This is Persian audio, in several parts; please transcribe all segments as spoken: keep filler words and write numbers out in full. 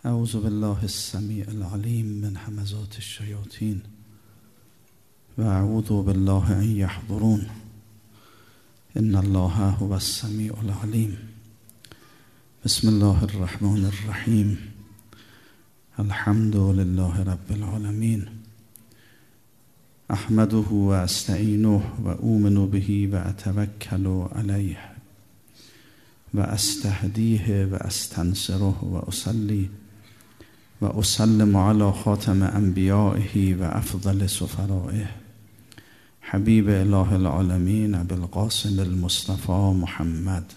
اعوذ بالله السمیع العلیم من همزات الشیاطین و اعوذ بالله ان یحضرون ان الله هو السمیع العلیم. بسم الله الرحمن الرحیم. الحمد لله رب العالمین. احمده و استعینه و اؤمن به و اتوکل علیه و استهدیه و استنصره و اصلی و اسلم علی خاتم انبیائه و افضل سفرائه حبیب اله العالمین ابی القاسم المصطفى محمد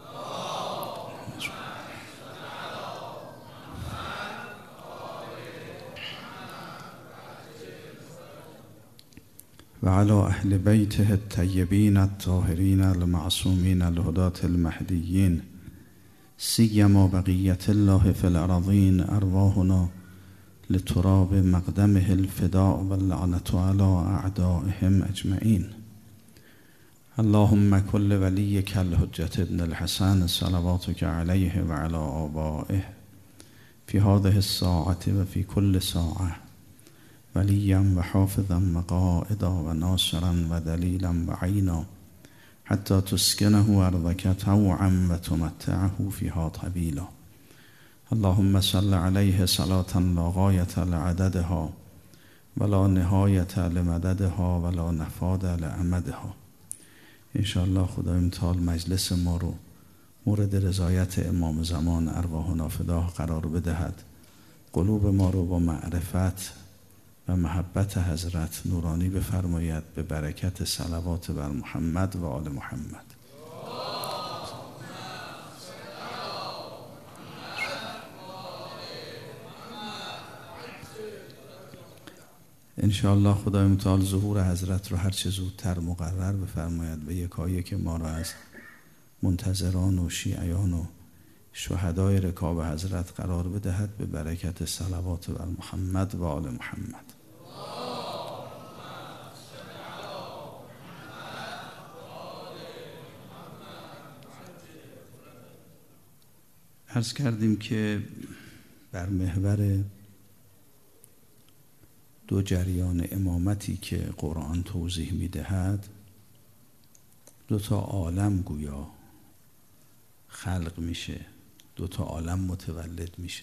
و علی اهل بیته الطیبین الطاهرین المعصومین الهداة المهدیین سیما بقیت الله فی الارضین ارواحنا لتراب مقدمه الفداء واللعنة علی اعدائهم اجمعین. اللهم كل ولیک الحجة ابن الحسن صلواتک علیه و علی آبائه فی هذه الساعة و فی کل ساعة ولیا و حافظا و قائدا و ناصرا و دلیلا و عینا حتی تسکنه ارضک طوعا و تمتعه فیها طویلا. اللهم صل علیه صلاة لا غایة لعددها ولا نهایة لمددها ولا نفاد لامدها. انشاءالله خدای متعال مجلس ما رو مورد رضایت امام زمان ارواحنا فداه قرار بدهد. قلوب ما رو با معرفت و محبت حضرت نورانی بفرماید به برکت صلوات بر محمد و آل محمد. انشاءالله خدای متعال ظهور حضرت رو هر چه زودتر مقرر بفرماید و یکایی که ما را از منتظران و شیعیان و شهدای رکاب حضرت قرار بدهد به برکت صلوات بر محمد و آل محمد. عرض کردیم که بر محور دو جریان امامتی که قرآن توضیح می‌دهد دو تا عالم گویا خلق میشه، دو تا عالم متولد میشه.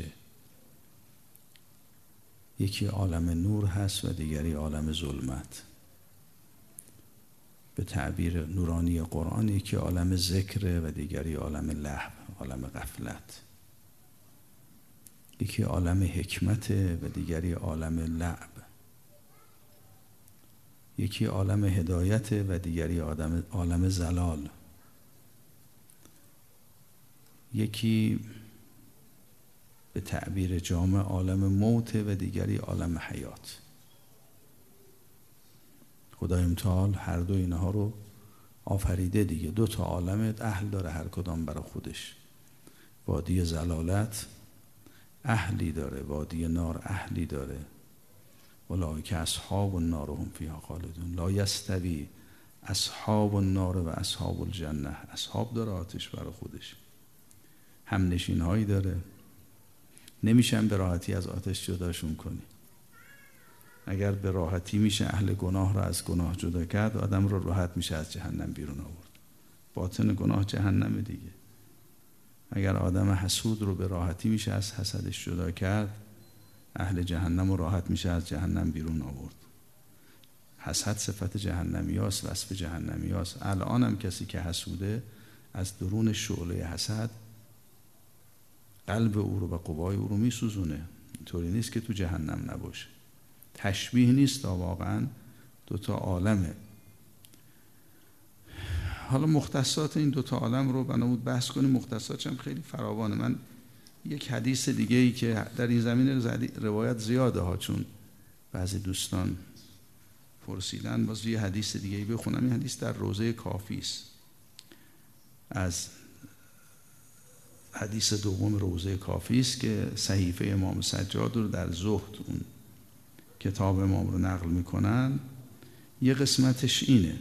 یکی عالم نور هست و دیگری عالم ظلمت. به تعبیر نورانی قرآن یکی عالم ذکر و دیگری عالم لهو، عالم غفلت. یکی عالم حکمت و دیگری عالم لعب. یکی عالم هدایت و دیگری عالم عالم ضلال. یکی به تعبیر جامع عالم موت و دیگری عالم حیات. خدای متعال هر دو اینها رو آفریده دیگه. دو تا عالم اهل داره هر کدام برای خودش. وادی ضلالت اهلی داره، وادی نار اهلی داره. اولئک اصحاب النار هم فیها خالدون. لا یستوی اصحاب النار و اصحاب الجنه. اصحاب داره آتش برای خودش، هم نشین هایی داره، نمیشن به راحتی از آتش جداشون کنی. اگر به راحتی میشه اهل گناه را از گناه جدا کرد، آدم رو راحت میشه از جهنم بیرون آورد. باطن گناه جهنم دیگه. اگر آدم حسود رو به راحتی میشه از حسدش جدا کرد، اهل جهنم رو راحت میشه از جهنم بیرون آورد. حسد صفت جهنمی هاست، وصف جهنمی هاست. الان هم کسی که حسوده از درون شعله حسد قلب او رو و قوای او رو میسوزونه. اینطوری نیست که تو جهنم نباشه. تشبیه نیست، واقعا دوتا عالمه. حالا مختصات این دوتا عالم رو بنابود بحث کنیم. مختصاتش هم خیلی فراوانه. من یک حدیث دیگه ای که در این زمینه روایت زیاده ها، چون بعضی دوستان پرسیدن، باز یه حدیث دیگه ای بخونم. این حدیث در روضه کافی است، از حدیث دوم روضه کافی است که صحیفه امام سجاد رو در زهد، اون کتاب امام رو نقل میکنن. یه قسمتش اینه،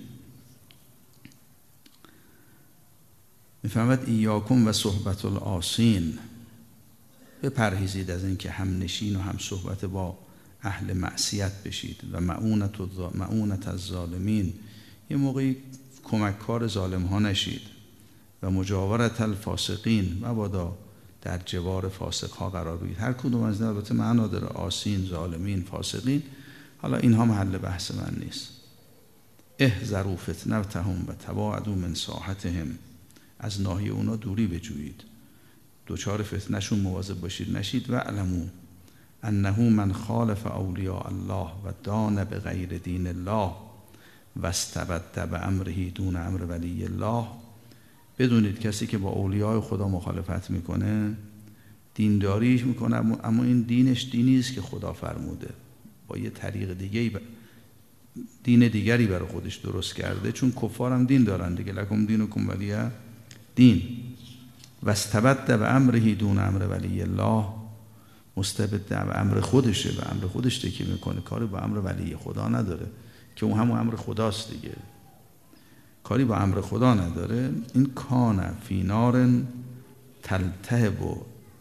میفهمد ایاکم و صحبت العاصین. بپرهیزید از اینکه هم نشین و هم صحبت با اهل معصیت بشید و معونت و معونت از ظالمین، یه موقعی کمککار ظالم ها نشید و مجاورت الفاسقین، مبادا در جوار فاسق ها قرار بگیرید. هر کدوم از اینا البته معنا داره، آسین، ظالمین، فاسقین، حالا اینها محل بحث من نیست. احذروا فتنتهم و تباعدوا من ساحتهم، از ناحیه اونا دوری بجویید، دوچار فتنشون مواظب باشید نشید. و علموا انه من خالف اولیاء الله و دان بغیر دین الله و استبد بامره دون امر ولی الله، بدونید کسی که با اولیاء خدا مخالفت میکنه، دینداریش میکنه اما این دینش دینی است که خدا فرموده، با یه طریق دیگه ب... دین دیگری برای خودش درست کرده، چون کفار هم دین دارن دیگه، لکم دینکم ولی دین. و استبد بامره دون امر ولی الله، مستبد به امر خودشه، به امر خودش تکیه میکنه، کاری با امر ولی خدا نداره که اون همون امر خداست دیگه، کاری با امر خدا نداره. این کان فی نار تلتهب و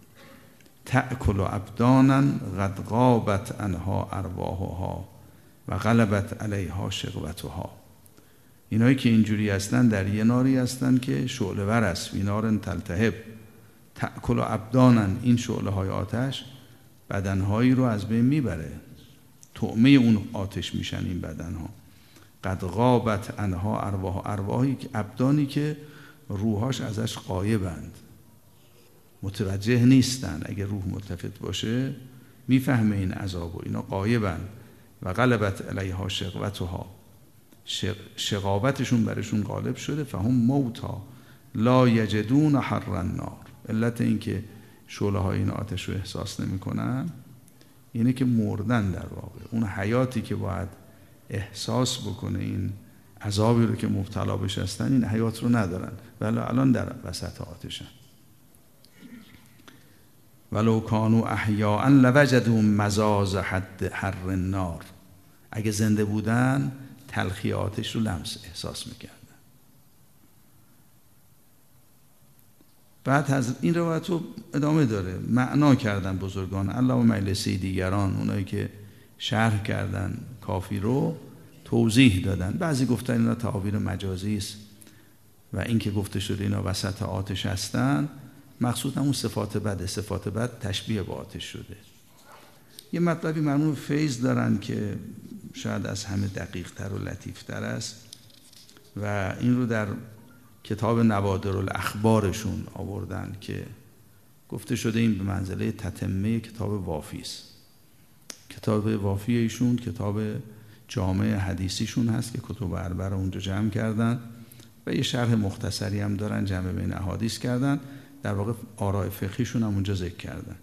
تأکل ابدانا قد غابت عنها ارواحها و غلبت علیها شقوتها. اینایی که اینجوری هستن در یه ناری هستن که شعله ور است، فی نار تلتهب تأکل ابدانا، این شعله های آتش بدنهایی رو از بین میبره، طعمه اون آتش میشن این بدنها. قد غابت عنها ارواح، ارواحی که ابدانی که روحاش ازش غایبند، متوجه نیستن، اگه روح ملتفت باشه میفهمه این عذاب و اینا غایبند. و غلبت علیها شقوتها، شقاوتشون برشون غالب شده. فهم موتا لا یجدون حر النار، علت این که شعله های این آتش رو احساس نمی کنن اینه که مردن در واقع. اون حیاتی که باید احساس بکنه این عذابی رو که مبتلا بهش هستن، این حیات رو ندارن، ولی الان در وسط آتشن. ولو کانوا احیاء لوجدوا مزاز حد حر النار، اگه زنده بودن تلخی آتش رو لمس احساس میکردن. بعد از این روایت رو ادامه داره، معنا کردن بزرگان الله و مجلسی دیگران، اونایی که شرح کردن کافی رو توضیح دادن. بعضی گفتن اینا تعابیر مجازی است و این که گفته شده اینا وسط آتش هستن مقصود همون صفات بده، صفات بد تشبیه با آتش شده. یه مطلبی مرحوم فیض دارن که شاید از همه دقیق تر و لطیف تر است و این رو در کتاب نوادر الاخبارشون آوردن که گفته شده این به منزله تتمه کتاب وافی است. کتاب وافی ایشون کتاب جامع حدیثیشون هست که کتب اربعه رو اونجا جمع کردن و یه شرح مختصری هم دارن، جمع بین احادیث کردن، در واقع آراء فقهیشون هم اونجا ذکر کردن.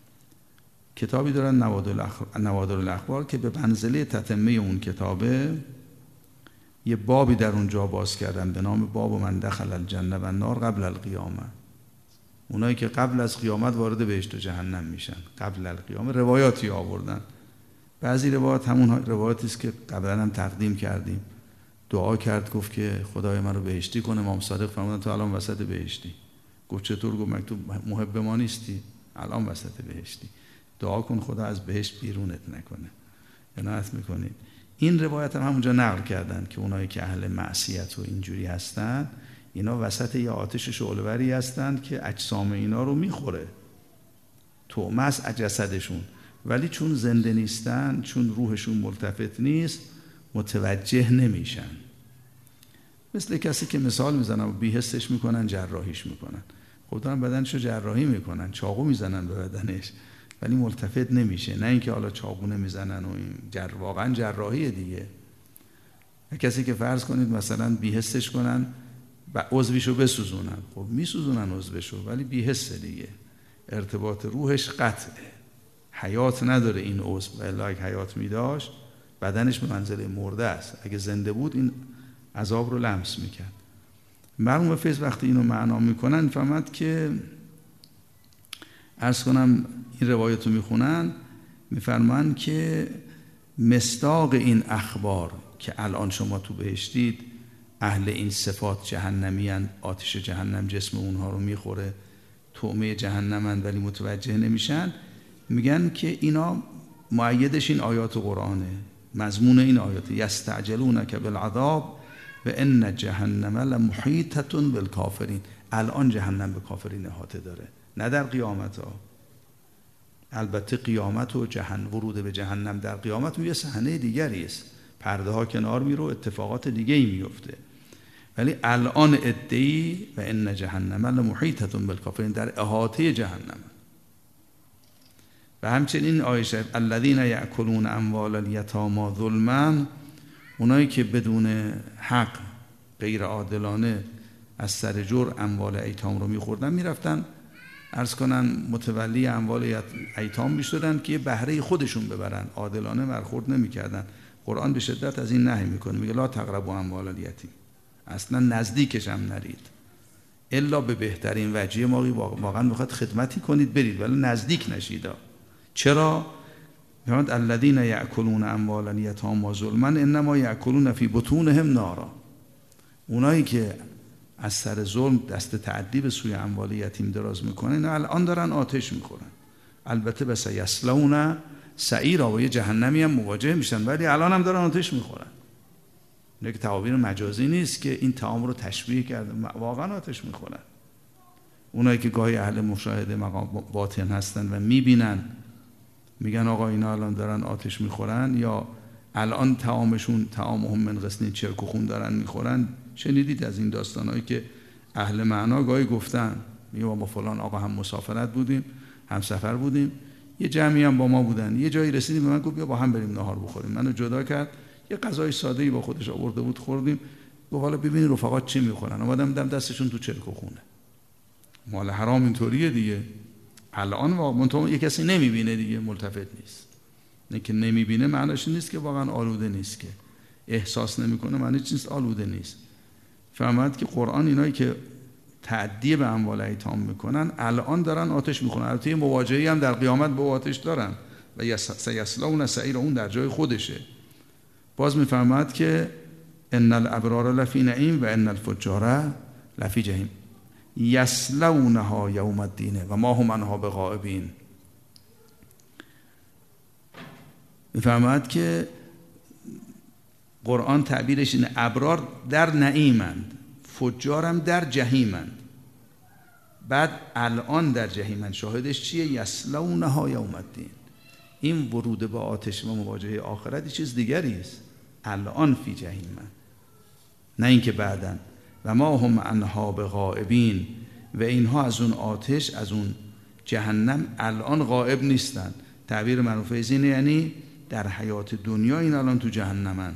کتابی دارن نوادر الاخبار که به منزله تتمه اون کتابه، یه بابی در اونجا باز کردن به نام باب من دخل الجنه و النار قبل القیامه، اونایی که قبل از قیامت وارد بهشت و جهنم میشن. قبل القیامه روایاتی آوردن، بعضی روایات همون روایاتی است که قبلا هم تقدیم کردیم. دعا کرد گفت که خدای من رو بهشتی کنه، امام صادق فرمودن تو الان وسط بهشتی. گفت چطور؟ گفت مکتوب محب ما نیستی، الان وسط بهشتی، دعا کن خدا از بهشت بیرونت نکنه. عنایت میکنید. این روایت هم همونجا نقل کردن که اونایی که اهل معصیت و اینجوری هستن اینا وسط یه آتش شعله‌وری هستن که اجسام اینا رو میخوره، طعمه از جسدشون، ولی چون زنده نیستن، چون روحشون ملتفت نیست، متوجه نمیشن. مثل کسی که مثال میزنن و بی‌حسش میکنن جراحیش میکنن، خب دارن بدنشو جراحی میکنن، چاقو میزنن به بدنش ولی ملتفت نمیشه. نه اینکه حالا چاقو نمیزنن و این جر... واقعا جراحیه دیگه. کسی که فرض کنید مثلا بی‌حسش کنن و عضویشو بسوزونن، خب میسوزونن عضوشو ولی بی‌حسه دیگه، ارتباط روحش قطعه، حیات نداره این عضو، الا اگه حیات میداشت بدنش به منزله مرده است، اگه زنده بود این عذاب رو لمس میکرد. مرحوم فیض وقتی اینو معنا میکنن فهمد که عرض کنم این روایت رو میخونن، میفرمان که مصداق این اخبار که الان شما تو بهشتید، اهل این صفات جهنمی هستند، آتش جهنم جسم اونها رو میخوره، طعمه جهنمند ولی متوجه نمیشن، میگن که اینا مؤیدش این آیات قرآنه، مضمون این آیات یستعجلونک بالعذاب و ان جهنم لمحیطة بالکافرین. الان جهنم به کافرین احاطه داره، نه در قیامت ها. البته قیامت و جهنم، ورود به جهنم در قیامت یه صحنه دیگری است، پرده ها کنار میره و اتفاقات دیگه ای میفته، ولی الان ادعی و ان جهنم لمحیطة بالکافرین در احاطه جهنم. و همچنین آیه شریف الذین یأکلون اموال الیتامی ظلما، اونایی که بدون حق غیر عادلانه از سر جور اموال ایتام رو میخوردن، میرفتن عرض کنن متولی اموال ایتام میشدن که بهره خودشون ببرن، عادلانه برخورد نمیکردن. قرآن به شدت از این نهی میکنه، میگه لا تقربوا اموال الیتیم، اصلا نزدیکش هم نرید الا به بهترین وجه. ما واقعا میخواد خدمتی کنید برید، ولی نزدیک نشید. چرا؟ میگه الذین یأکلون اموال الیتامی ظلما انما یأکلون فی بطونهم نارا. اونایی که از سر ظلم دست تعدی به سوی اموال یتیم دراز میکنن الان دارن آتش میخورن. البته بس یصلون سعیرا، و یه جهنمی هم مواجه میشن، ولی الان هم دارن آتش میخورن. اینه که تعابیر مجازی نیست که این تعامل رو تشبیه کرده، واقعا آتش میخورن. اونایی که گاهی اهل مشاهده مقام باطن هستن و میبینن، میگن آقا اینا الان دارن آتش میخورن، یا الان طعامشون طعامهم من غسلین، چرک و خون دارن میخورن. شنیدید از این داستانایی که اهل معنا گاهی گفتن، میگه با فلان آقا هم مسافرت بودیم، هم سفر بودیم، یه جمعی هم با ما بودن، یه جایی رسیدیم به من گفت بیا با هم بریم نهار بخوریم. منو جدا کرد، یه غذای ساده‌ای با خودش آورده بود خوردیم. گفت حالا ببینید رفقات چی میخورن. اومدم دیدم دستشون تو چرک و خونه. مال حرام اینطوریه دیگه. الان واقعا یه کسی نمیبینه دیگه، ملتفت نیست. نه که نمیبینه معنیش نیست که واقعا آلوده نیست، که احساس نمیکنه معنیش نیست آلوده نیست. فهمید که قرآن اینایی که تعدی به اموال ایتام میکنن الان دارن آتش میخورن. البته مواجهه‌ای هم در قیامت با آتش دارن و سیصلون سعیرا، اون در جای خودشه. باز میفهمد که ان الابرار لفی نعیم و ان الفجار لفی جحیم یصلونها یوم الدین و ما هم عنها بغائبین. میفهمد که قرآن تعبیرش اینه ابرار در نعیمند، فجارم در جهیمند. بعد الان در جهیمند، شاهدش چیه؟ یصلونها یوم الدین. این ورود به آتش و مواجهه آخرت چیز دیگری است. الان فی جهیمند، نه اینکه بعداً. و ما هم عنها بغائبین، و اینها از اون آتش، از اون جهنم الان غائب نیستن. تعبیر معروف از اینه، یعنی در حیات دنیا این الان تو جهنمن.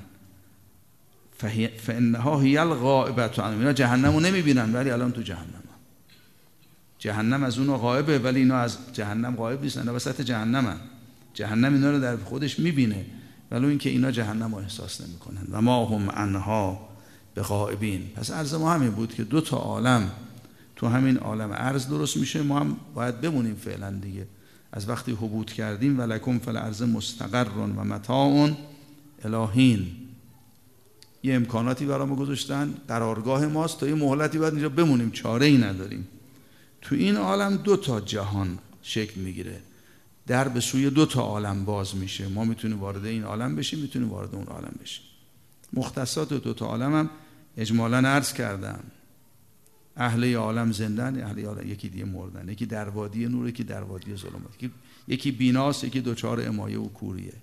فانها هی الغائبه عنهم، اینا جهنمو نمیبینن ولی الان تو جهنمن. جهنم از اونها غائبه ولی اینا از جهنم غائب نیستن، اینا وسط جهنمن. جهنم اینا رو در خودش میبینه ولی اینکه اینا جهنم رو احساس نمیکنن. و ما هم عنها بغائبین. پس عرض ما همین بود که دو تا عالم تو همین عالم عرض درست میشه. ما هم باید بمونیم فعلا دیگه. از وقتی حبوط کردیم ولکم فی الارض مستقر و متاع الهین، یه امکاناتی برامون گذاشتن، قرارگاه ماست، تا یه مهلتی باید اینجا بمونیم، چاره ای نداریم. تو این عالم دو تا جهان شکل میگیره، در به سوی دو تا عالم باز میشه. ما میتونیم وارد این عالم بشیم، میتونیم وارد اون عالم بشیم. مختصات دو تا عالم هم اجمالاً عرض کردم. اهل عالم زندن، اهل عالم یکی دیگه مردن، یکی در وادی نور، یکی در وادی ظلمات، یکی بیناست، یکی دوچار امایه و کوریه،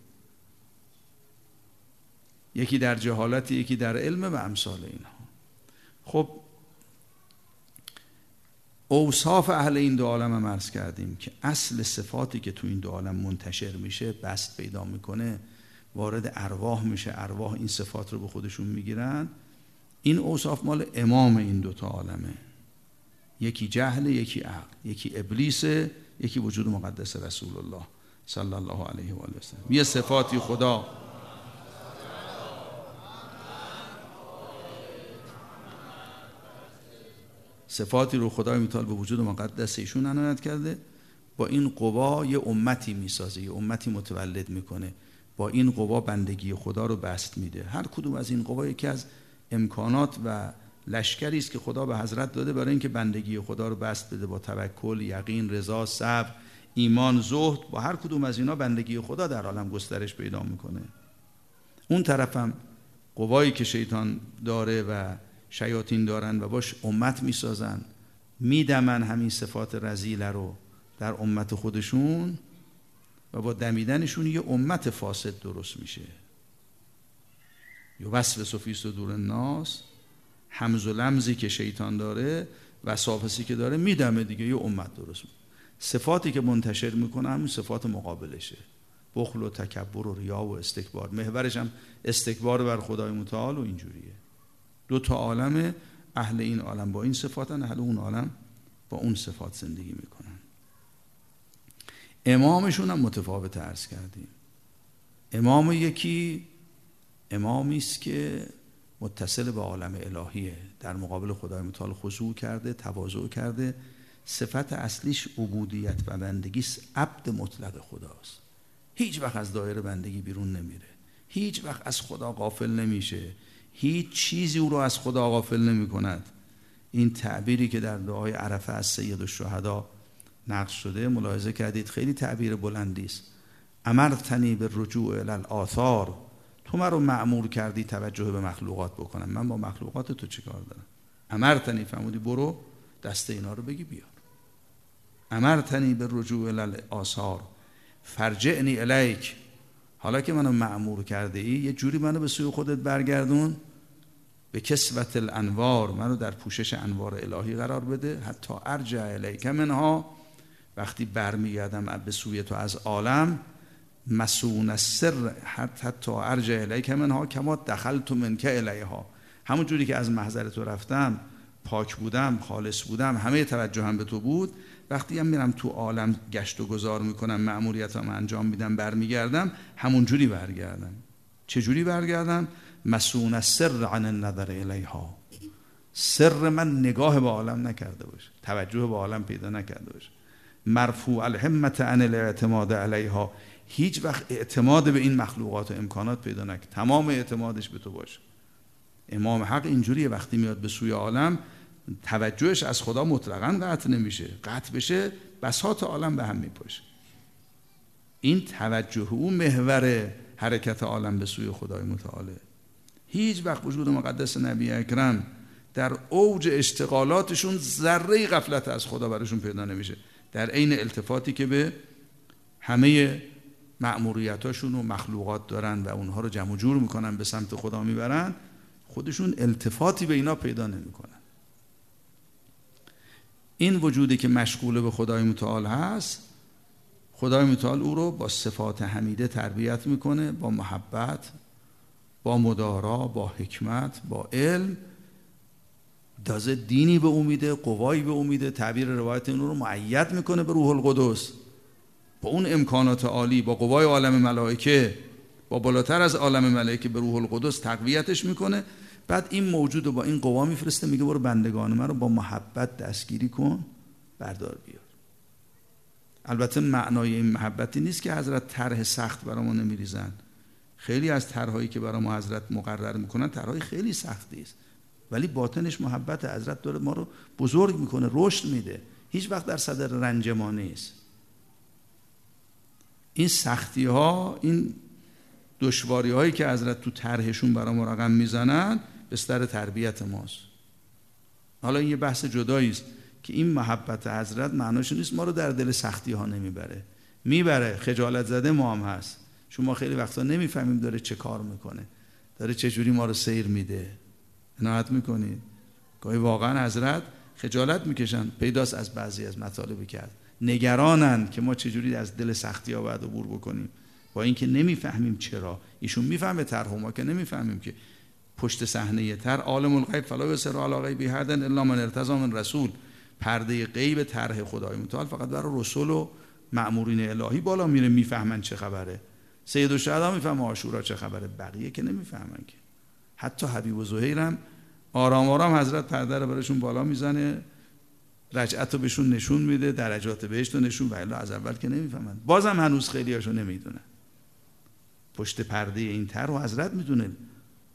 یکی در جهالت، یکی در علم و امثال اینها. خب اوصاف اهل این دو عالم هم عرض کردیم که اصل صفاتی که تو این دو عالم منتشر میشه، بست پیدا میکنه، وارد ارواح میشه، ارواح این صفات رو به خودشون میگیرن. این اوصاف مال امام این دوتا عالمه، یکی جهل، یکی عقل، یکی ابلیس، یکی وجود مقدس رسول الله صلی الله علیه و آله و سلم. یه صفاتی خدا صفاتی رو خدای متعال به وجود مقدس ایشون عنایت کرده. با این قوا یه امتی میسازه، یه امتی متولد میکنه، با این قوا بندگی خدا رو بست میده. هر کدوم از این قوا یکی از امکانات و لشکری است که خدا به حضرت داده برای اینکه بندگی خدا رو بسط بده با توکل، یقین، رضا، صبر، ایمان، زهد. با هر کدوم از اینا بندگی خدا در عالم گسترش پیدا میکنه. اون طرفم قوایی که شیطان داره و شیاطین دارن و باش امت میسازن، میدمن همین صفات رذیله رو در امت خودشون و با دمیدنشون یه امت فاسد درست میشه. یوسوس فی صدور الناس، همز و لمزی که شیطان داره، وسواسی که داره، میدمه دیگه، یه امت درست میشه. صفاتی که منتشر میکنه همین صفات مقابلشه، بخل و تکبر و ریا و استکبار. محورش هم استکبار بر خدای متعال و اینجوریه. دو تا عالم، اهل این عالم با این صفاتن، اهل اون عالم با اون صفات زندگی میکنن. امامشون هم متفاوت عرض کردیم. امام یکی امامی است که متصل به عالم الهیه، در مقابل خدای متعال خضوع کرده، تواضع کرده. صفت اصلیش عبودیت و بندگی است، عبد مطلق خداست. هیچ وقت از دایره بندگی بیرون نمیره، هیچ وقت از خدا غافل نمیشه، هیچ چیزی او رو از خدا غافل نمی کند. این تعبیری که در دعای عرفه از سید الشهدا نقل شده ملاحظه کردید، خیلی تعبیر بلندی است. امرتنی به رجوع الی الاثار، تو من رو مأمور کردی توجه به مخلوقات بکنم، من با مخلوقات تو چه کار دارم؟ امرتنی فرمودی برو دست اینا رو بگی بیار. امرتنی به رجوع الی الاثار فرجعنی الیک، حالا که منو مأمور کرده ای یه جوری منو به سوی خودت برگردون. به کسوت الانوار، منو در پوشش انوار الهی قرار بده. حتی ارجع الیک منها، وقتی برمیگردم به سوی تو از عالم، مسون السر حتی ارجع الیک منها کما دخلت منک الیها، همون جوری که از محضر تو رفتم پاک بودم، خالص بودم، همه توجهم به تو بود، وقتی هم میرم تو عالم گشت و گذار میکنم، مأموریتم انجام میدم، برمیگردم، همون جوری برگردم. چه جوری برگردم؟ مسون السر عن النظر الیها، سر من نگاه به عالم نکرده باشه، توجه به عالم پیدا نکرده باشه. مرفوع الهمت عن الاعتماد علیها، هیچ وقت اعتماد به این مخلوقات و امکانات پیدا نکنه، تمام اعتمادش به تو باشه. امام حق اینجوریه، وقتی میاد به سوی عالم توجهش از خدا مطلقاً قطع نمیشه، قطع بشه بساط عالم به هم میپاشه. این توجه او محور حرکت عالم به سوی خدای متعاله. هیچ وقت وجود مقدس نبی اکرم در اوج اشتغالاتشون ذره غفلت از خدا براشون پیدا نمیشه، در عین التفاتی که به همه مأموریتاشون و مخلوقات دارن و اونها رو جمع جور میکنن، به سمت خدا میبرن، خودشون التفاتی به اینا پیدا نمیکنن. این وجودی که مشغول به خدای متعال هست، خدای متعال او رو با صفات حمیده تربیت میکنه، با محبت، با مدارا، با حکمت، با علم، تازه دینی به او میده، قوایی به او میده. تعبیر روایت این رو مؤید میکنه به روح القدس، با اون امکانات عالی، با قوای عالم ملائکه، با بالاتر از عالم ملائکه، به روح القدس تقویتش میکنه. بعد این موجود رو با این قوا میفرسته، میگه برو بندگان من رو با محبت دستگیری کن، بردار بیار. البته معنای این محبتی نیست که حضرت طرح سخت برامون نمیریزن. خیلی از طرحایی که برای ما حضرت مقرر میکنن طرحای خیلی سختی است، ولی باطنش محبت. حضرت داره ما رو بزرگ میکنه، رشد میده، هیچ وقت در صدر رنج ما نیست. این سختی ها، این دشواری هایی که حضرت تو طرحشون برای ما رقم میزنن، بستر تربیت ماست. حالا این یه بحث جدایی است که این محبت حضرت معناش نیست ما رو در دل سختی ها نمیبره، میبره. خجالت زده ما هم هست، چون ما خیلی وقتا نمیفهمیم داره چه کار میکنه، داره چه جوری ما رو سیر میده. عنایت میکنید گاهی واقعا حضرت خجالت میکشن، پیداست از بعضی از مطالبی کرد، نگرانن که ما چجوری از دل سختی ها باید عبور بکنیم، با اینکه نمیفهمیم چرا. ایشون میفهمه طرح، ما که نمیفهمیم که. پشت صحنه تر عالم الغیب فلا یسر علی غیبی احد الا من ارتضی من رسول، پرده غیب طرح خدای متعال فقط برای رسول و مأمورین الهی بالا میره، میفهمن چه خبره. سید الشهدا میفهمه عاشورا چه خبره، بقیه که نمیفهمن که. حتی حبیب و زهیرم آرام آرام حضرت پرده رو براشون بالا میزنه، رجعت رو بهشون نشون میده، درجات بهشت رو نشون، ولی از اول که نمیفهمن. بازم هنوز خیلی هاشون نمیدونن. پشت پرده این طرح و حضرت میدونه.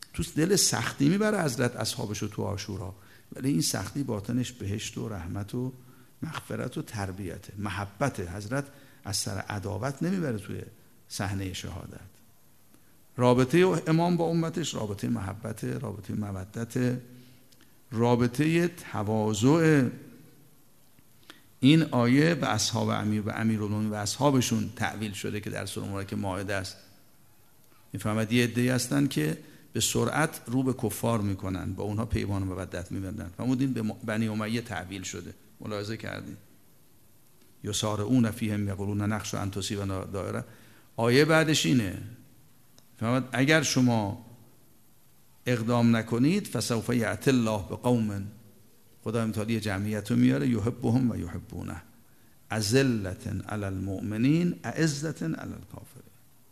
تو دل سختی میبره حضرت اصحابشو تو عاشورا، ولی این سختی باطنش بهشت و رحمت و مغفرت و تربیته، محبت. حضرت از سر عداوت نمیبره توی صحنه شهادت. رابطه امام با امتش رابطه محبت، رابطه مودت، رابطه تواضع. این آیه به اصحاب امیر و امیرالمومنین و اصحابشون تعویل شده که در سوره مبارکه مائده است. میفهمد یه عده‌ای هستن که به سرعت رو به کفار میکنن، با اونها پیمان مودت میبندن. فرمودین به بنی امیه تعویل شده، ملاحظه کردین؟ یسارعون فیهم یقولون نخشی ان تصیبنا دائره. آیه بعدش اینه، فرمود اگر شما اقدام نکنید فسوف یأتی الله بقوم، خدا امتحانی جمعیت رو میاره، یحبهم و یحبونه، اذلة علی المؤمنین اعزة علی الکافرین.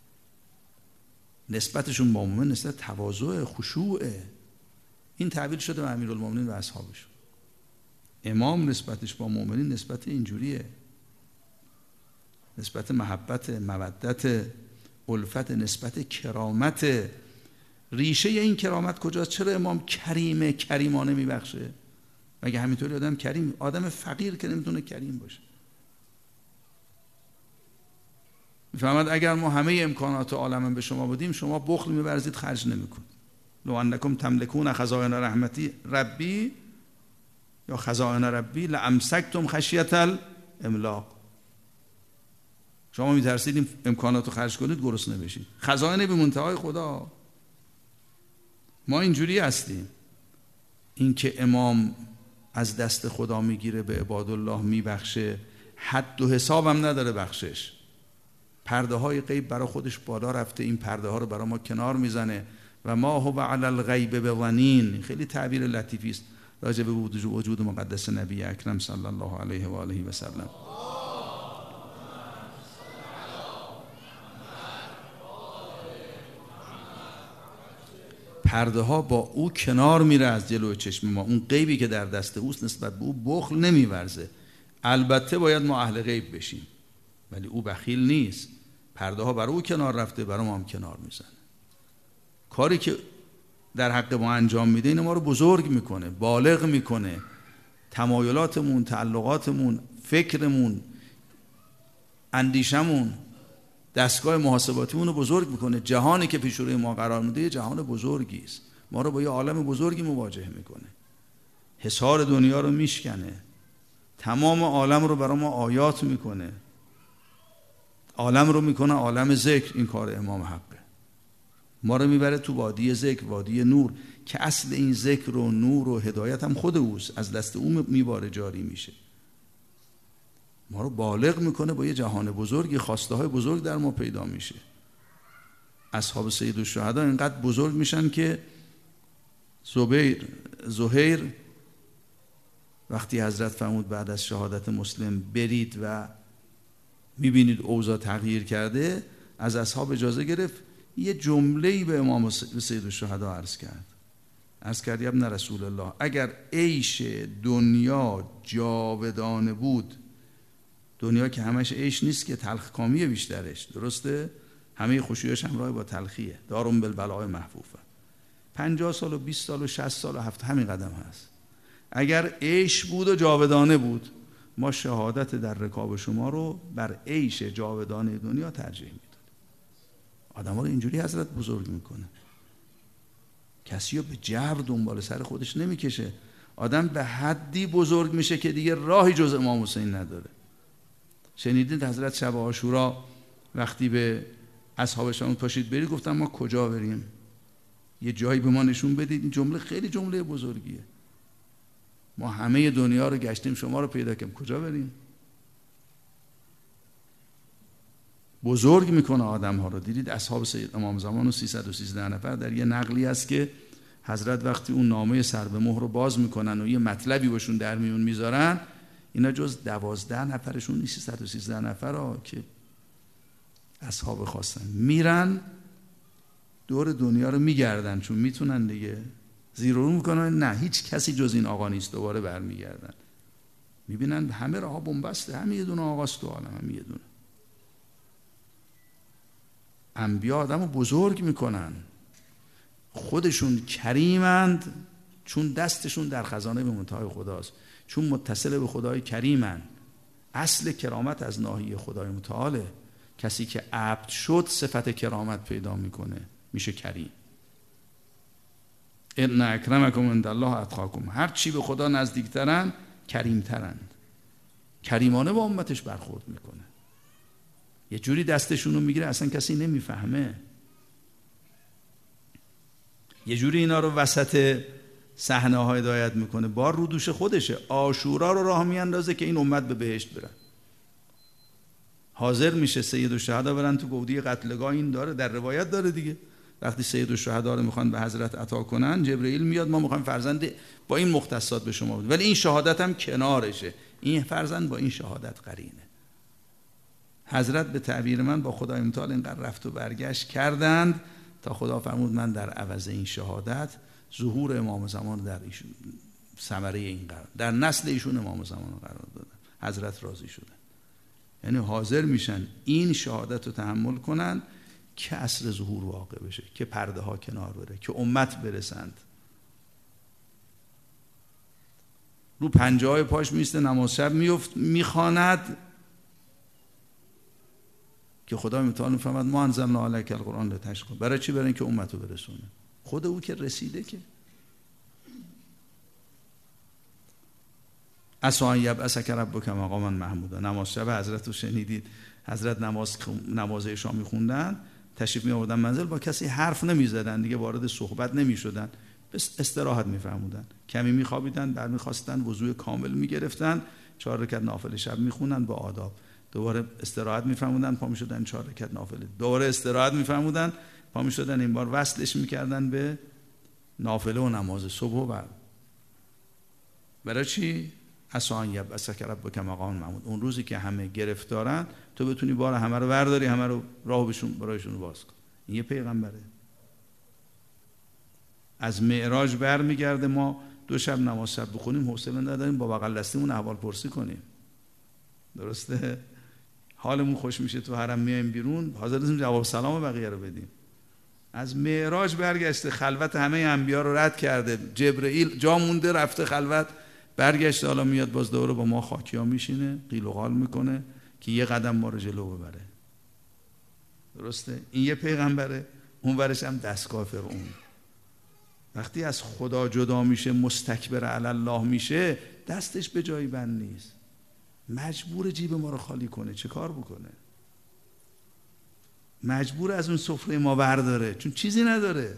نسبتشون با مؤمن نسبت تواضع، خشوعه. این تعبیر شده به امیرالمومنین و اصحابش. امام نسبتش با مؤمنین نسبت اینجوریه، نسبت محبت، مودت، الفت، نسبت کرامت. ریشه این کرامت کجاست؟ چرا امام کریمه، کریمانه میبخشه؟ مگه همینطوری آدم کریم؟ آدم فقیر که نمیتونه کریم باشه. میفهمد اگر ما همه امکانات عالم به شما بدیم، شما بخل می‌ورزید، خرج نمی‌کنید. لو انکم تملکون خزائن رحمتی ربی یا خزائن ربی لامسکتم خشیة الاملاق. شما میترسید امکانات رو خرج کنید، گرسنه بشید. خزائن بی منتهای خدا. ما اینجوری هستیم. این که امام از دست خدا میگیره، به عباد الله میبخشه، حد و حسابم نداره بخشش. پرده های غیب برای خودش بالا رفته، این پرده ها رو برای ما کنار میزنه. و ما هو علی الغیب بضنین. خیلی تعبیر لطیفی است راجع به وجود مقدس نبی اکرم صلی الله علیه و آله و سلم. پرده ها با او کنار میره از جلوی چشم ما. اون غیبی که در دست اوست نسبت به او بخل نمیورزه. البته باید ما اهل غیب بشیم، ولی او بخیل نیست. پرده ها برای او کنار رفته، برای ما هم کنار میزنه. کاری که در حق ما انجام میده این ما رو بزرگ میکنه، بالغ میکنه. تمایلاتمون، تعلقاتمون، فکرمون، اندیشمون، دستگاه محاسباتیمون رو بزرگ میکنه. جهانی که پیش روی ما قرار میده یه جهان بزرگی است، ما رو با یه عالم بزرگی مواجه میکنه. حصار دنیا رو میشکنه، تمام عالم رو برای ما آیات میکنه، عالم رو میکنه عالم ذکر. این کار امام حقه. ما رو میبره تو وادی ذکر، وادی نور، که اصل این ذکر و نور و هدایت هم خود اوست، از دست او میباره، جاری میشه. ما رو بالغ میکنه، با یه جهان بزرگی، خواسته های بزرگ در ما پیدا میشه. اصحاب سید الشهدا اینقدر بزرگ میشن که زبیر زهیر وقتی حضرت فرمود بعد از شهادت مسلم برید و میبینید اوضاع تغییر کرده، از اصحاب اجازه گرفت یه جمله‌ای به امام سید الشهدا عرض کرد. عرض کرد ابن رسول الله، اگر عیش دنیا جاودانه بود، دنیا که همش عیش نیست که، تلخ کامیه بیشترش، درسته؟ همه خوشیاش همراه با تلخیه. دارم بالبلاء محفوفه. پنجاه سال و بیست سال و شصت سال و هفت همین قدم هست. اگر عیش بود و جاودانه بود، ما شهادت در رکاب شما رو بر عیش جاودانه دنیا ترجیح میداد. آدم ها رو اینجوری حضرت بزرگ میکنه. کسی رو به جبر دنبال سر خودش نمیکشه. آدم به حدی بزرگ میشه که دیگه راهی جز امام حسین نداره. شنیدید حضرت شب عاشورا وقتی به اصحابشون پاشید برید، گفتن ما کجا بریم؟ یه جایی به ما نشون بدید. این جمله خیلی جمله بزرگیه. ما همه دنیا رو گشتیم، شما رو پیدا کردیم، کجا بریم؟ بزرگ میکنه آدم ها رو. دیدید اصحاب سید امام زمان و سیصد و سیزده نفر، در یه نقلی هست که حضرت وقتی اون نامه سر به مهر رو باز میکنن و یه مطلبی باشون در میون میذارن، اینا جز دوازده نفرشون نیست، سیصد و سیزده نفر ها که اصحاب خواستن، میرن دور دنیا رو میگردن، چون میتونن دیگه، زیر و رو میکنن، نه هیچ کسی جز این آقا نیست، دوباره برمیگردن میبینن همه راه بنبسته، همه یه دونه آقاست تو عالم، همه یه دونه. انبیا آدم رو بزرگ میکنن. خودشون کریمند چون دستشون در خزانه به منتهای خداست، چون متصل به خدای کریمند. اصل کرامت از ناحیه خدای متعاله. کسی که عبد شد صفت کرامت پیدا میکنه، میشه کریم. ان اکرمکم عند الله اتقاکم. هر چی به خدا نزدیکترن کریمترند. کریمانه با امتش برخورد میکنه. یه جوری دستشون رو میگیره اصلا کسی نمیفهمه. یه جوری اینا رو وسط صحنه ها هدایت میکنه، بار رو دوش خودشه. عاشورا رو راه میاندازه که این امت به بهشت برن. حاضر میشه سید الشهدا برن تو گودی قتلگاه. این داره در روایت داره دیگه. وقتی سید الشهدا رو میخوان به حضرت عطا کنن، جبرئیل میاد ما میخوایم فرزند با این مختصات به شما بده، ولی این شهادت هم کنارشه، این فرزند با این شهادت قرینه. حضرت به تعبیر من با خدای متعال اینقدر رفت و برگشت کردند تا خدا فرمود من در عوض این شهادت ظهور امام زمان در ایشون، ثمره این قرار، در نسل ایشون امام زمان قرار دادن. حضرت راضی شدن، یعنی حاضر میشن این شهادت رو تحمل کنن که عصر ظهور واقع بشه، که پرده ها کنار بره، که امت برسند. رو پنجه های پاش میسته نماز شب میفت میخواند که خدا متعال میفهمد ما انزلنا علیک القرآن لتشقی. برای چی؟ برای اینکه امت رو برسونه. خود او که رسیده که عسی ان یبعثک ربک مقاما محمودا. نماز شب حضرت رو شنیدید، حضرت نماز نماز عشا میخوندن، تشریف می آوردن منزل، با کسی حرف نمی زدن دیگه، وارد صحبت نمی شدن، بس استراحت می فرمودن. کمی می خوابیدن، بعد می خواستن وضوء کامل می گرفتن، چهار رکعت نافله شب می خوندن با آداب، دوباره استراحت می فرمودن، پا می شدن چهار رکعت نافله، دوباره استراحت می فرمودن، پا می شدن، این بار وصلش می کردن به نافله و نماز صبح. و بعد برای چی؟ عسی ان یبعثک ربک مقاما محمود. اون روزی که همه گرفتارن تو بتونی بار همه رو برداری، همه رو راه بهشون برایشون باز کن. این یه پیغمبره. از معراج برمیگرده، ما دو شب نماز شب بخونیم حوصله نداریم با بغل دستیمون احوال پرسی کنیم. درسته؟ حالمون خوش میشه تو حرم میایم بیرون، حاضر نیستیم جواب سلام بقیه رو بدیم. از معراج برگشته، خلوت همه انبیا رو رد کرده، جبرئیل جا مونده رفته خلوت، برگشته، حالا میاد باز دوره با ما خاکیا میشینه، قیل و قال میکنه که یه قدم ما رو جلو ببره. درسته؟ این یه پیغمبره. اون ورش هم دستگاه فرعون. وقتی از خدا جدا میشه، مستکبر علی الله میشه، دستش به جایی بند نیست، مجبور جیب ما رو خالی کنه. چه کار بکنه؟ مجبور از اون سفره ما برداره، چون چیزی نداره.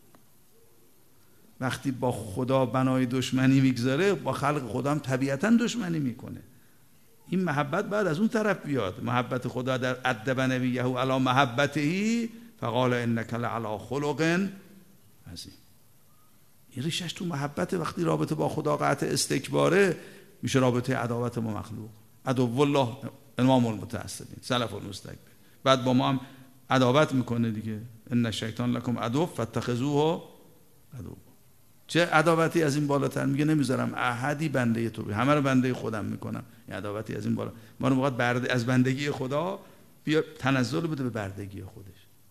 وقتی با خدا بنای دشمنی میگذاره، با خلق خدا هم طبیعتاً دشمنی میکنه. این محبت بعد از اون طرف بیاد. محبت خدا در ادب نبیه علی محبته فقال انک لعلی خلق عظیم. این ریشش تو محبت. وقتی رابطه با خدا قطع استکباره، میشه رابطه عداوت با مخلوق. عدو الله امام المتعصبین سلف المستكبر. بعد با ما هم عداوت میکنه دیگه. ان الشیطان لکم عدو فاتخذوه عدو. چه عداوتی از این بالاتر؟ میگه نمیذارم احدی بنده تو، همه رو بنده خودم میکنم. این عداوتی از این بالا، ما رو میخواد برده از بندگی خدا بیا تنزل بده به بردگی خودش.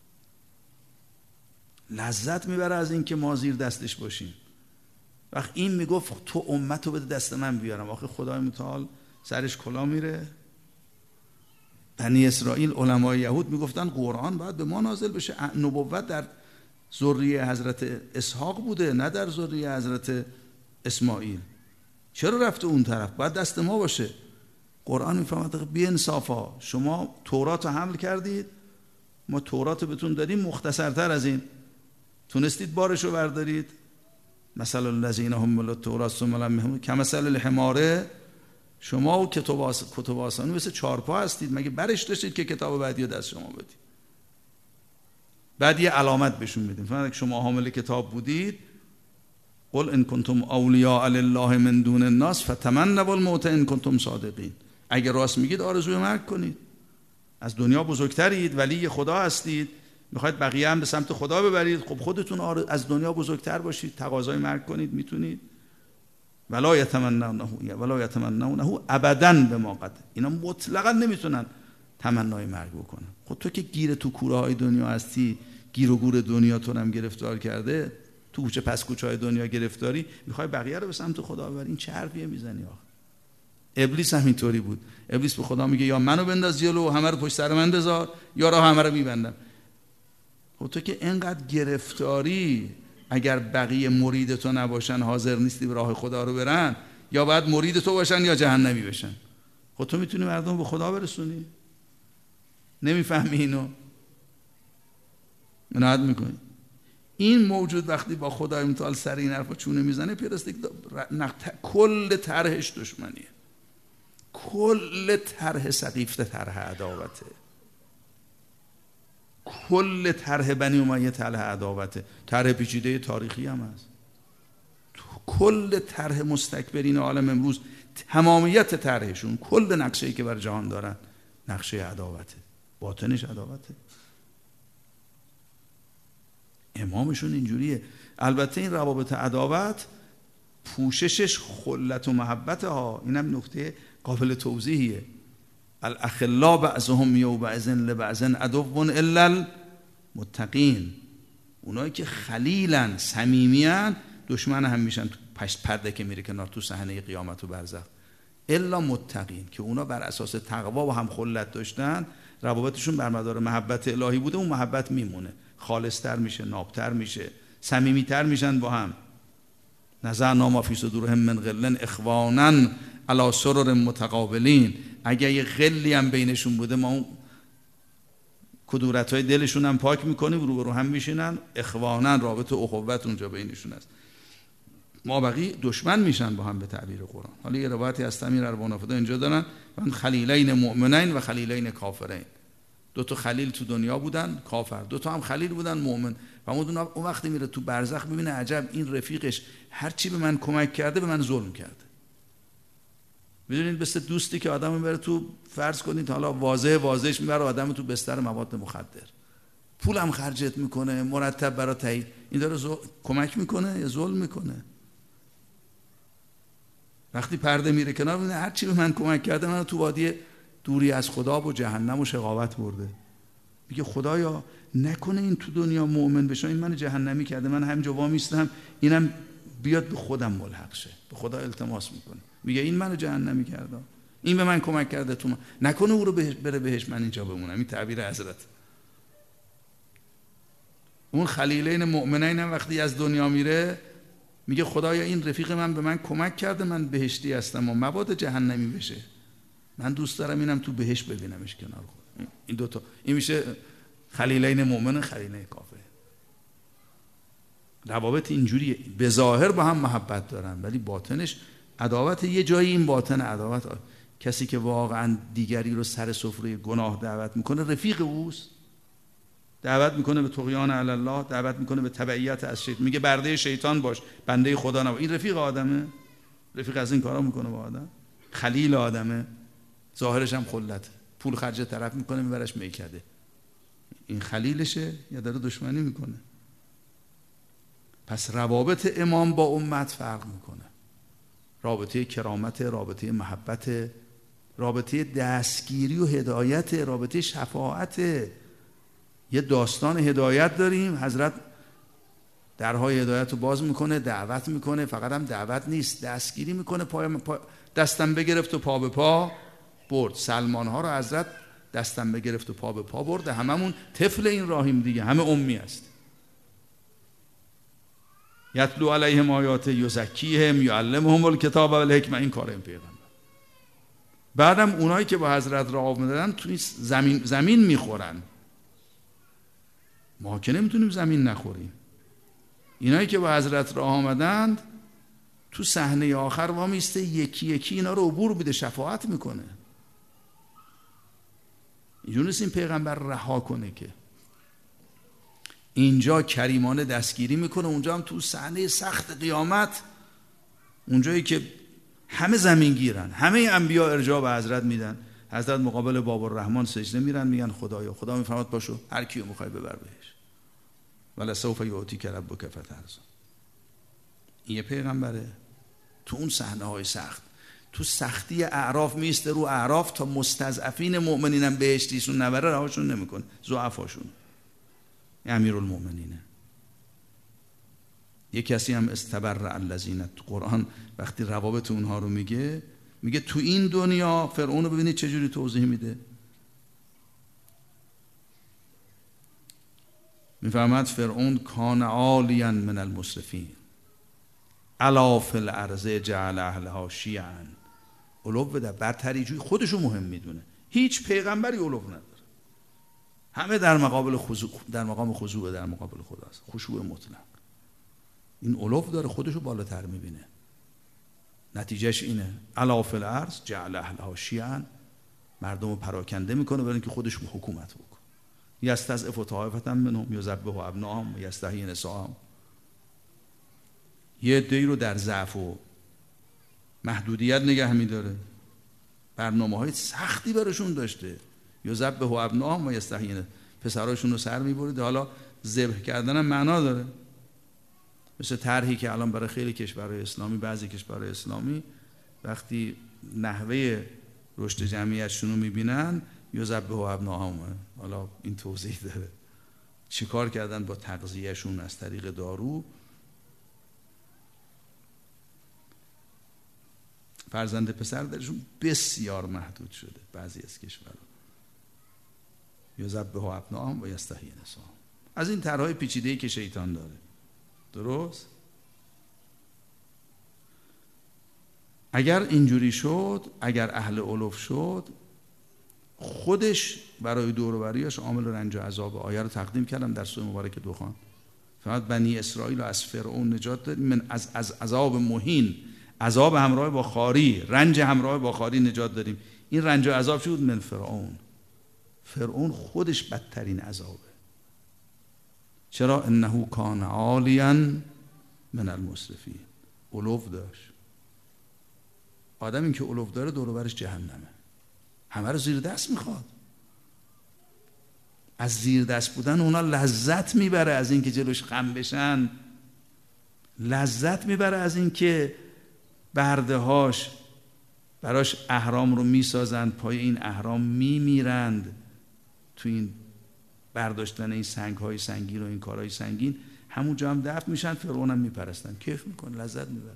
لذت میبره از این که ما زیر دستش باشیم. وقت این میگفت تو امت رو بده دست من بیارم، آخه خدای متعال سرش کلا میره. بنی اسرائیل علمای یهود میگفتن قرآن باید به ما نازل بشه. نبوت در ذریه حضرت اسحاق بوده، نه در ذریه حضرت اسماعیل. چرا رفته اون طرف؟ باید دست ما باشه. قرآن میفهمد بی انصافا، شما تورات رو حمل کردید، ما تورات رو بهتون دادیم مختصرتر از این، تونستید بارش رو بردارید. مثل الذین حملوا التوراة ثم لم یحملوها کمثل الحمار. شما و کتب آسمانی مثل چارپا هستید، مگه برش داشتید که کتاب بعدی رو دست شما بدید؟ بعد یه علامت بهشون میدیم، فرض کنید شما حامل کتاب بودید، قل ان کنتم اولیاء لله من دون الناس فتمنوا الموت ان کنتم صادقین. اگه راست میگید آرزوی مرگ کنید، از دنیا بزرگترید، ولی خدا هستید، میخواید بقیه هم به سمت خدا ببرید، خب خودتون از دنیا بزرگتر باشید، تقاضای مرگ کنید، میتونید. ولا یتمنونه ولا یتمنونه ابدا بما قد. اینا مطلقا نمیتونن تمنای مرگ بکنن. خب تو که گیر تو کوره های دنیا هستی، گیر و گور دنیا تو هم گرفتار کرده، تو کوچه پس کوچه های دنیا گرفتاری، میخوای بقیه رو به سمت خدا ببری. این چه حرفیه میزنی آخه؟ ابلیس هم اینطوری بود. ابلیس به خدا میگه یا منو بنداز جلو و همه رو پشت سر من بذار، یا راه همه رو میبندم. خب تو که اینقدر گرفتاری، اگر بقیه مرید تو نباشن، حاضر نیستی به راه خدا رو برن، یا باید مرید تو باشن یا جهنمی بشن. خب تو میتونی مردم به خدا برسونی؟ نمیفهمی اینو؟ منعد میکنی. این موجود وقتی با خدای متعال سر این حرفا چونه میزنه، پیرسته کل طرحش دشمنیه، کل طرح سقیفته طرح عداوته، کل طرح بنی امیه طرح عداوته، طرح پیچیده تاریخی هم هست. کل طرح مستکبرین عالم امروز، تمامیت طرحشون، کل نقشه‌ای که بر جهان دارن، نقشه عداوته، باطنش عداوته. امامشون اینجوریه. البته این روابط عداوت پوششش خلت و محبت ها، اینم نکته قابل توضیحیه. الاخلا بعضهم یومئذ لبعض عدو الا المتقین. اونایی که خلیلن، صمیمیان، دشمن هم میشن تو پشت پرده که میره کنار، تو صحنه قیامت و برزخ. الا متقین، که اونا بر اساس تقوا و هم خلت داشتن، روابطشون بر مدار محبت الهی بوده، اون محبت میمونه، خالصتر میشه، نابتر میشه، صمیمیتر میشن با هم. نزعنا ما فی صدورهم من غل اخوانا علی سرر متقابلین. اگه یه غلی هم بینشون بوده، ما اون کدورت‌های دلشون هم پاک میکنیم، رو به رو هم میشینن، اخوانا، رابطه اخوت اونجا بینشون است. ما بقی دشمن میشن با هم به تعبیر قرآن. حالا یه روایتی از امیر اربعین فدا اینجا دارن، خلیلین مؤمنین و خلیلین کافرین. دو تا خلیل تو دنیا بودن، کافر. دو تا هم خلیل بودن، مؤمن. و اون وقتی میره تو برزخ میبینه عجب، این رفیقش هر چی به من کمک کرده به من ظلم کرده. میدونید مثل دوستی که آدم میبره تو، فرض کنید حالا واضح واضحش میبره آدم تو بستر مواد مخدر، پولم خرجت میکنه، مرتب برای تایید، این داره زل... کمک میکنه یا ظلم میکنه؟ وقتی پرده میره کنار میبینه هر چی به من کمک کرده من تو وادی دوری از خدا و جهنم و شقاوت برده. میگه خدایا نکنه این تو دنیا مؤمن بشه، این من جهنمی کرده، من همینجا وامیستم، اینم بیاد به خودم ملحق شه. به خدا التماس میکنه، میگه این منو جهنمی کرده، این به من کمک کرده، تو من. نکنه او رو بره بهش، من اینجا بمونم. این تعبیر حضرت. اون خلیلین مؤمنین هم وقتی از دنیا میره میگه خدایا این رفیق من به من کمک کرده، من بهشتی هستم و مبادا جهنمی بشه، من دوست دارم اینم تو بهشت ببینمش کنار خود. این دو تا، این میشه خلیلین مؤمن، خلیلین کافر. روابط اینجوریه، به ظاهر با هم محبت دارن ولی باطنش عداوت. یه جایی این باطن عداوت، کسی که واقعا دیگری رو سر سفره گناه دعوت میکنه رفیق اوست، دعوت میکنه به طغیان علی الله، دعوت میکنه به تبعیت از شیطان، میگه برده شیطان باش، بنده خدا نباش. این رفیق آدمه؟ رفیق از این کارا میکنه با آدم؟ خلیل آدمه؟ ظاهرش هم خلته، پول خرج طرف میکنه میبرش میکده. این خلیلشه یا داره دشمنی میکنه؟ پس روابط امام با امت فرق میکنه. رابطه کرامت، رابطه محبت، رابطه دستگیری و هدایت، رابطه شفاعت. یه داستان هدایت داریم، حضرت درهای هدایت رو باز میکنه، دعوت میکنه، فقط هم دعوت نیست، دستگیری میکنه، پای پا دستم بگرفت و پا به پا برد. سلمان ها رو حضرت دستم بگرفت و پا به پا برد. هممون طفل این راهیم دیگه، همه امی است. یتلو علیهم آیات یزکیهم یعلمهم الکتاب والحکمه. این کار این پیغمبر. بعدم اونایی که با حضرت راه آمدن توی زمین زمین میخورن، ما که نمیتونیم زمین نخوریم. اینایی که با حضرت راه آمدند تو صحنه آخر وامیسته، یکی یکی اینا رو عبور میده، شفاعت میکنه. اینجور نیست این پیغمبر رها کنه که، اینجا کریمانه دستگیری میکنه، اونجا هم تو صحنه سخت قیامت، اونجایی که همه زمین گیرن، همه انبیا ارجاع به حضرت میدن، حضرت مقابل باب الرحمن سجده میرن، میگن خدایا، خدا میفرماد پاشو هر کیو میخوای ببر بهش، ولی سوف یعطیک ربک فترضی. این یه پیغمبره تو اون صحنه های سخت، تو سختی اعراف میسته رو اعراف تا مستضعفین مؤمنینم بهشتیشون نبره رهاشون نمیکنه، ضعفاشون. امیرالمؤمنینه. یک کسی هم استبرأ الذین، قرآن وقتی روابط اونها رو میگه میگه تو این دنیا فرعون رو ببینید چجوری توضیح میده. میفهمد فرعون کان عالیا من المسرفین الا فی الارض جعل اهلها شیعا. علو در برتری جوی خودشو مهم میدونه. هیچ پیغمبری علو نداره. همه در مقابل خضوع، در مقام خضوع در مقابل خداست، خشوع مطلق. این علو داره، خودشو بالاتر میبینه. نتیجهش اینه الا فی الارض جعل اهلها شیعا، مردم رو پراکنده میکنه برای اینکه خودش حکومت بکنه. یستضعف طائفة منهم یذبح ابناءهم و یستحیی نساءهم. یه عده‌ای رو در ضعف و محدودیت نگه میداره. برنامه‌های سختی براشون داشته. یذبح ابناءهم و یستحیی، پسراشون رو سر میبرید. حالا ذبح کردن هم معنا داره. مثل طرحی که الان برای خیلی کشورهای اسلامی، بعضی کشورهای اسلامی وقتی نحوه رشد جمعیتشون رو میبینن یذبح ابناءهم، حالا این توضیح داره چیکار کردن با تغذیهشون از طریق دارو. فرزند پسر درشون بسیار محدود شده بعضی از کشورها. یذبح ابناءهم و یستحیی نساءهم. از این طرحهای پیچیده‌ای که شیطان داره. درست؟ اگر اینجوری شد، اگر اهل علو شد، خودش برای دور و بریاش عامل رنج و عذاب. آیه رو تقدیم کردم در سوره مبارک دخان. فقط بنی اسرائیل رو از فرعون نجات داد، من از از عذاب مهین، عذاب همراه با خاری، رنج همراه با خاری نجات دادیم. این رنج و عذاب چی بود؟ من فرعون. فرعون خودش بدترین عذابه. چرا؟ انه کان عالیا من المسرفین. علو داشت. آدم این که علو داره دور و برش جهنمه. همه رو زیر دست میخواد. از زیر دست بودن اونا لذت میبره، از اینکه جلوش خم بشن لذت میبره، از اینکه برده هاش براش اهرام رو میسازند، پای این اهرام میمیرند، تو این برداشتن این سنگ های سنگین و این کارهای سنگین همونجا هم دفن میشن. فرعون هم میپرستن، کیف میکنه، لذت میبره.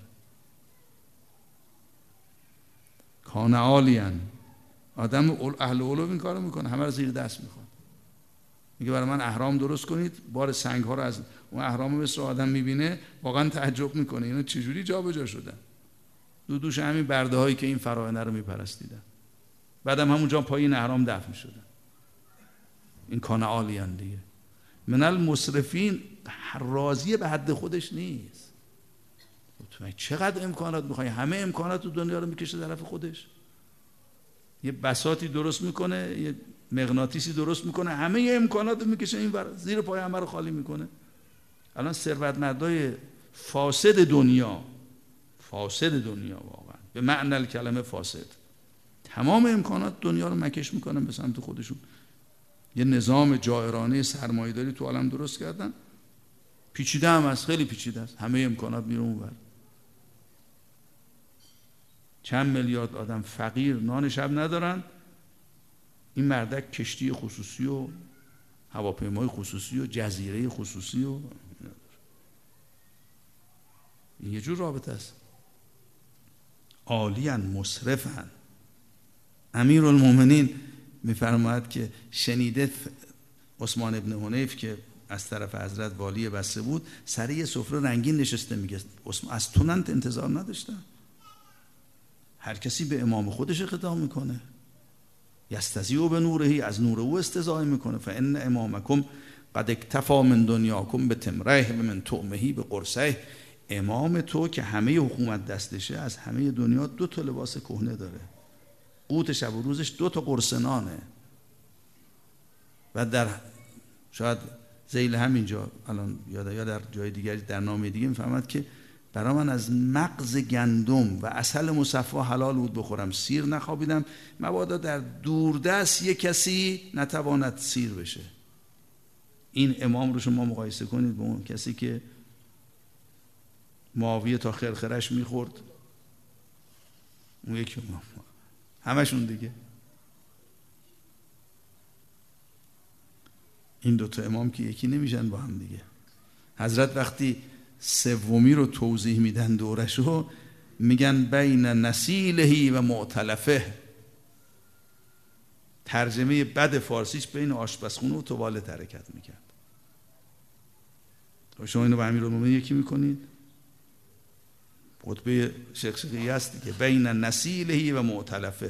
کان عالیا، آدم اهل علو این کارو میکنه، همه رو زیر دست میخواد. میگه برای من اهرام درست کنید، بار سنگ ها رو از اون اهرام مثل آدم میبینه واقعا تعجب میکنه اینا چجوری جابجا شدن. دو دوش همین برده هایی که این فراعنه رو میپرستیدن، بعدم همونجا پای این اهرام دفن میشدن. این کان عالیا دیگه. من المسرفین، راضی به حد خودش نیست. تو چقدر امکانات میخوای؟ همه امکانات تو دنیا رو میکشه طرف خودش. یه بساطی درست میکنه، یه مغناطیسی درست میکنه، همه یه امکانات رو میکشه این بر زیر پای همه رو خالی میکنه. الان ثروتمندای فاسد دنیا، فاسد دنیا واقعا به معنی کلمه فاسد، تمام امکانات دنیا رو مکش میکنن به سمت خودشون. یه نظام جائرانه سرمایه‌داری تو عالم درست کردن، پیچیده هم است، خیلی پیچیده است، همه امکانات میره اونور. چند میلیارد آدم فقیر نان شب ندارن، این مردک کشتی خصوصی و هواپیمای خصوصی و جزیره خصوصی و این یه جور رابطه است. عالیا مسرفا. امیرالمومنین میفرماید که شنیده عثمان ابن حنیف که از طرف حضرت والی بصره بود سر یه سفره رنگین نشسته، میگه از تو ننت انتظار نداشتم. هر کسی به امام خودش خطاب میکنه. یستضیء بنوره، از نور او استضاء میکنه. فان امامکم قد اکتفی من دنیاکم بتمره و من طعمه بقرصه. امام تو که همه حکومت دستشه از همه دنیا دو تا لباس کهنه داره، قوت شب و روزش دو تا قرص نانه. و در شاید ذیل همینجا الان یاد یا در جای دیگری در نامه دیگه میفهمد که برای من از مغز گندم و عسل مصفا حلال بود بخورم، سیر نخوابیدم، مبادا در دوردست یک کسی نتواند سیر بشه. این امام رو شما مقایسه کنید با اون کسی که معاویه تا خرخرش میخورد، اون یکی امام، همشون دیگه. این دوتا امام که یکی نمیشن با هم دیگه. حضرت وقتی سومی رو توضیح میدن دورشو، میگن بین نسیلهی و معتلفه. ترجمه بد فارسیش بین آشپزخونه و توالت حرکت میکرد. شما اینو با امیرالمومنین یکی میکنید؟ خطبه شیخ شقیقی هست که بین نسیلهی و معتلفه.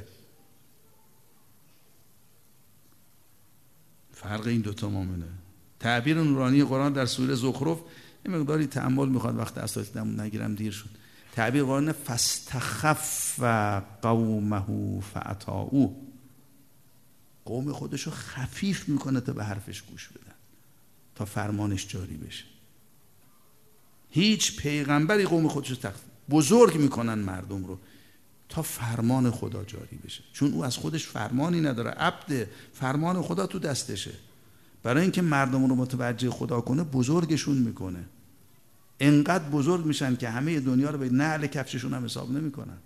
فرق این دوتا مؤمنه. تعبیر نورانی قرآن در سوره زخرف یه مقداری تأمل میخواد، وقت اساتیدم نگیرم دیر شد. تعبیر قرآن فاستخف قومه فاطاعوه، قوم خودشو خفیف میکنه تا به حرفش گوش بدن، تا فرمانش جاری بشه. هیچ پیغمبری قوم خودشو تخ... بزرگ میکنن مردم رو تا فرمان خدا جاری بشه، چون او از خودش فرمانی نداره، عبد فرمان خدا تو دستشه. برای اینکه مردم رو متوجه خدا کنه بزرگشون میکنه. انقدر بزرگ میشن که همه دنیا رو به نعل کفششون هم حساب نمیکنن.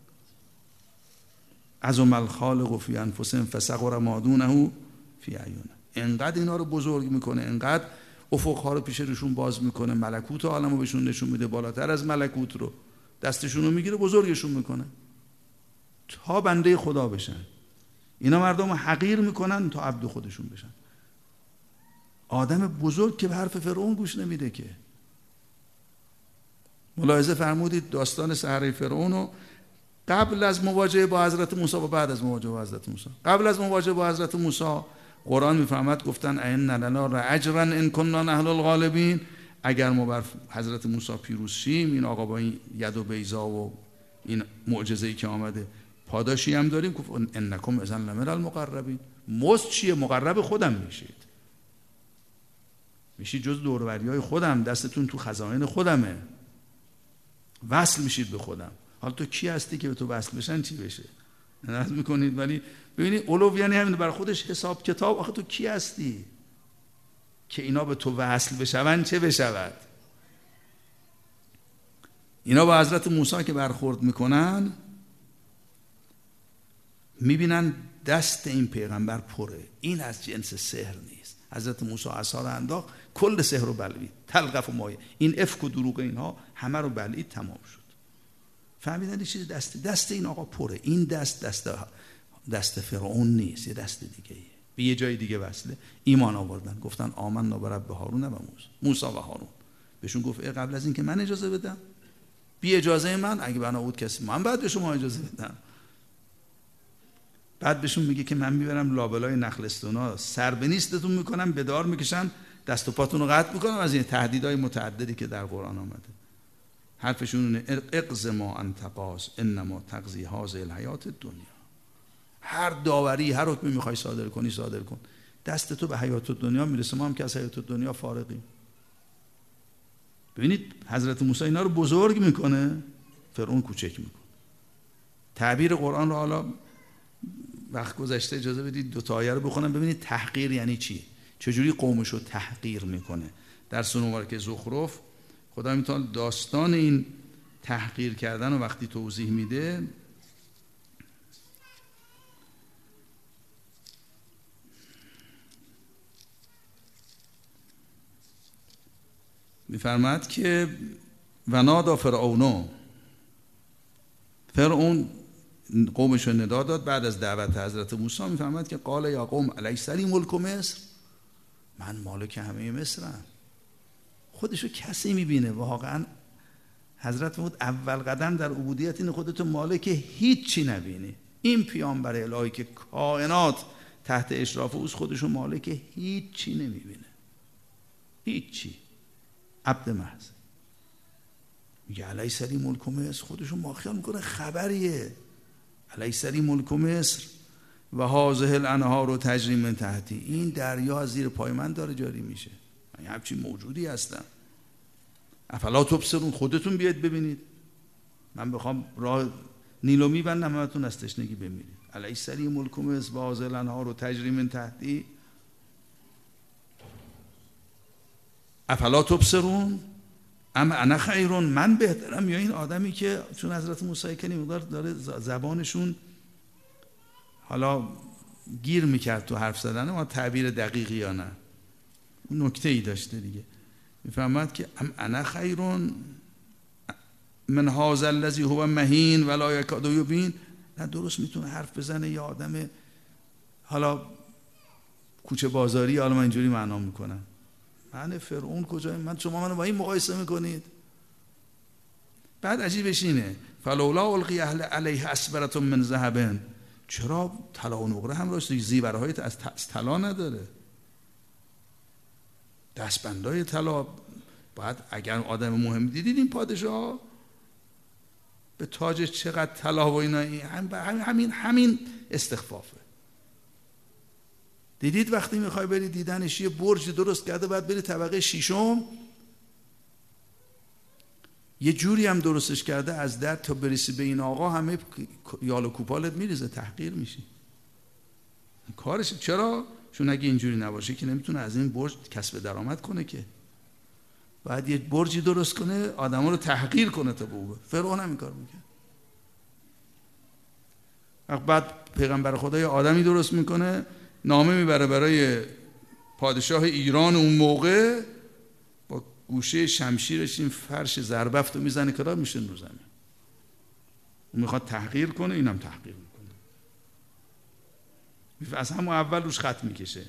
عظم الخالق فی انفسهم فصغر ما دونه فی اعیونهم. انقدر اینا رو بزرگ میکنه، انقدر افقها رو پیش روشون باز میکنه، ملکوت عالم رو بهشون نشون میده، بالاتر از ملکوت رو دستشون رو میگیره، بزرگشون میکنه تا بنده خدا بشن. اینا مردم رو حقیر میکنن تا عبد خودشون بشن. آدم بزرگ که به حرف فرعون گوش نمیده که. ملاحظه فرمودید داستان سحره فرعون رو قبل از مواجهه با حضرت موسی و بعد از مواجهه با حضرت موسی. قبل از مواجهه با حضرت موسی قرآن میفهمد گفتن ان لنا لاجرا ان كنا نحن الغالبین، اگر ما بر حضرت موسی پیروز شیم، این آقا با این ید و بیضا و این معجزه‌ای که آمده پاداشی هم داریم. گفت انکم اذا لمن المقربین. مزد چیه؟ مقرب خودم میشید، میشید جز دوروریای خودم، دستتون تو خزائن خودمه، وصل میشید به خودم. حالا تو کی هستی که به تو وصل بشن چی بشه؟ نظر میکنید. ولی ببینید اولو یعنی همین برای خودش حساب کتاب. آخه تو کی هستی که اینا به تو وصل بشون چه بشود؟ اینا با حضرت موسی که برخورد میکنن میبینن دست این پیغمبر پره، این از جنس سحر نیست. حضرت موسی عصا رو انداخت، کل سحر رو بلعید، تلقف و مایه، این افک و دروغ اینها همه رو بلعید، تمام شد. فهمیدن این چیز دست دست این آقا پره. این دست دست دست فرعون نیست، یه دست دیگه ایه، به یه جای دیگه وصله. ایمان آوردن، گفتن آمنا برب هارون و موسی موسی و هارون. بهشون گفت قبل از این که من اجازه بدم، بی اجازه من، اگه بنا بود کسی من بعد به شما اجازه بدم. بعد بهشون میگه که من میبرم لابلای نخلستونا، سر به نیستتون میکنم، به دار میکشن، دست و پاتون رو قطع میکنم. از این تهدیدهای متعددی که در قرآن آمده. حرفشون اینه اقض ما انت قاض انما تقضی هذه الحیات الدنیا. هر داوری، هر حکمی میخوای صادر کنی صادر کن، دست تو به حیات الدنیا میرسه، ما هم که از حیات الدنیا فارغیم. ببینید حضرت موسی اینا رو بزرگ میکنه، فرعون کوچک میکنه. تعبیر قرآن رو حالا وقت گذشته اجازه بدید دو تا آیه رو بخونم ببینید تحقیر یعنی چی، چجوری قومش رو تحقیر میکنه. در سوره مبارکه زخرف خدا میتونه داستان این تحقیر کردن رو وقتی توضیح میده، میفرماد که و نادا فرعون، فرعون قومش رو ندا داد بعد از دعوت حضرت موسی. میفرماد که قال یا قوم الیس لی ملک مصر، من مالک همه مصرم. خودشو کسی میبینه واقعا. حضرت بود اول قدم در عبودیت این خودتو مالک هیچی نبینی. این پیامبر الهی که کائنات تحت اشراف اوست خودشو مالک هیچی نمیبینه، هیچی، عبد محض. میگه الیس لی ملک مصر، خودشو ماخیال میکنه خبریه. الیس لی ملک مصر و هذه الانهار تجری من تحتی، این دریا زیر پای من داره جاری میشه، من همچین موجودی هستم. افلا تبصرون، خودتون بیاید ببینید. من بخوام راه نیلو میبندم همتون از تشنگی بمیرید. الیس لی ملک مصر و هذه الانهار تجری من تحتی افلا تبصرون ام انا خیرون، من بهترم یا این آدمی که، چون حضرت موسی کنی مقدار داره زبانشون حالا گیر میکرد تو حرف زدن، ما تعبیر دقیقی یا نه، نکته ای داشته دیگه. میفهمد که ام انا خیرون من هذا الذی هو مهین ولا یکاد یبین. نه درست میتونه حرف بزنه یه آدم حالا کوچه بازاری، حالا من اینجوری معنا میکنم، من فرعون کجایم؟ من شما منو با این مقایسه میکنید؟ بعد عجیبش اینه فلولا القی علیه اسبرة من ذهب، چرا طلا و نقره هم راست زیورهای از طلا نداره، دستبندای طلا. باید اگر آدم مهم دیدید این پادشاه به تاجش چقدر طلا و اینا، همین همین همین استخفافه. دیدید وقتی میخوای بری دیدنش یه برج درست کرده بعد بری طبقه ششم، یه جوری هم درستش کرده از در تا برسی به این آقا همه یال و کوپالت میریزه، تحقیر میشی. کارش چرا؟ چون اگه اینجوری نباشه که نمیتونه از این برج کسب درآمد کنه، که باید یه برجی درست کنه آدما رو تحقیر کنه تا به او. فرعون هم این کار میکنه. بعد پیغمبر خدا یه آدمی درست میکنه، نامه میبره برای پادشاه ایران اون موقع، با گوشه شمشیرش این فرش زربفت رو میزنه که را میشن رو زمین. اون میخواد تحقیر کنه، اینم تحقیر میکنه. از همون اول روش خط میکشه.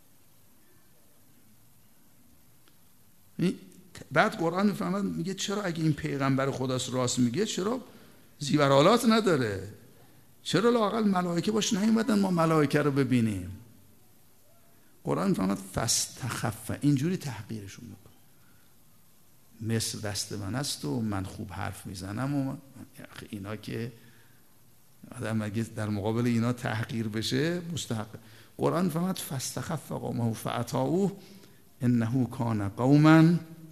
بعد قرآن میفهمد میگه چرا اگه این پیغمبر خداست راست میگه چرا زیورالات نداره؟ چرا لااقل ملائکه باش نیومدن ما ملائکه رو ببینیم؟ قرآن میفهمد فاستخف، اینجوری تحقیرشون میکنه. مثل دست من است و من خوب حرف میزنم و اینا که آدم اگه در مقابل اینا تحقیر بشه مستحق. قرآن میفهمد فاستخف قومه فاطاعوه انه کان قوما،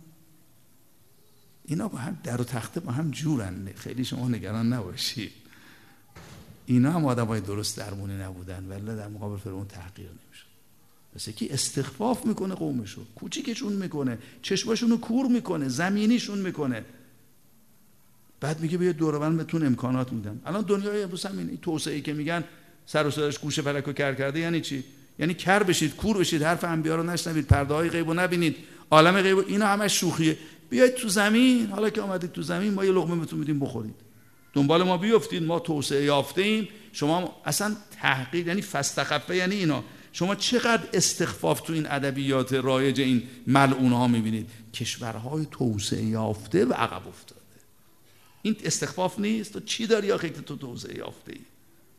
اینا با هم در و تخته با هم جورن، خیلی شما نگران نباشید. اینا هم آدمای درست درمونی نبودن ولی در مقابل فرعون تحقیر نمیشد. مثل کی استخفاف میکنه قومشو، کوچیکشون میکنه، چشماشونو کور میکنه، زمینیشون میکنه. بعد میگه بیا دور و بر بهتون امکانات میدم. الان دنیای امروز همین این توسعه‌ای که میگن سر و صداش گوشه فلکو کر کرده، یعنی چی؟ یعنی کر بشید، کور بشید، حرف انبیا رو نشنوید، پرده‌های غیبو نبینید، عالم غیب، اینا همش شوخیه. بیاید تو زمین، حالا که آمدید تو زمین ما یه لقمه بهتون میدیم بخورید. دنبال ما بیافتید، ما توسعه یافته ایم، شما اصلا تحقیر، یعنی فاستخفه یعنی اینا. شما چقدر استخفاف تو این ادبیات رایج این ملعون ها میبینید؟ کشورهای توسعه یافته و عقب افتاده. این استخفاف نیست؟ تو چی داری آخه که تو توسعه یافته ای؟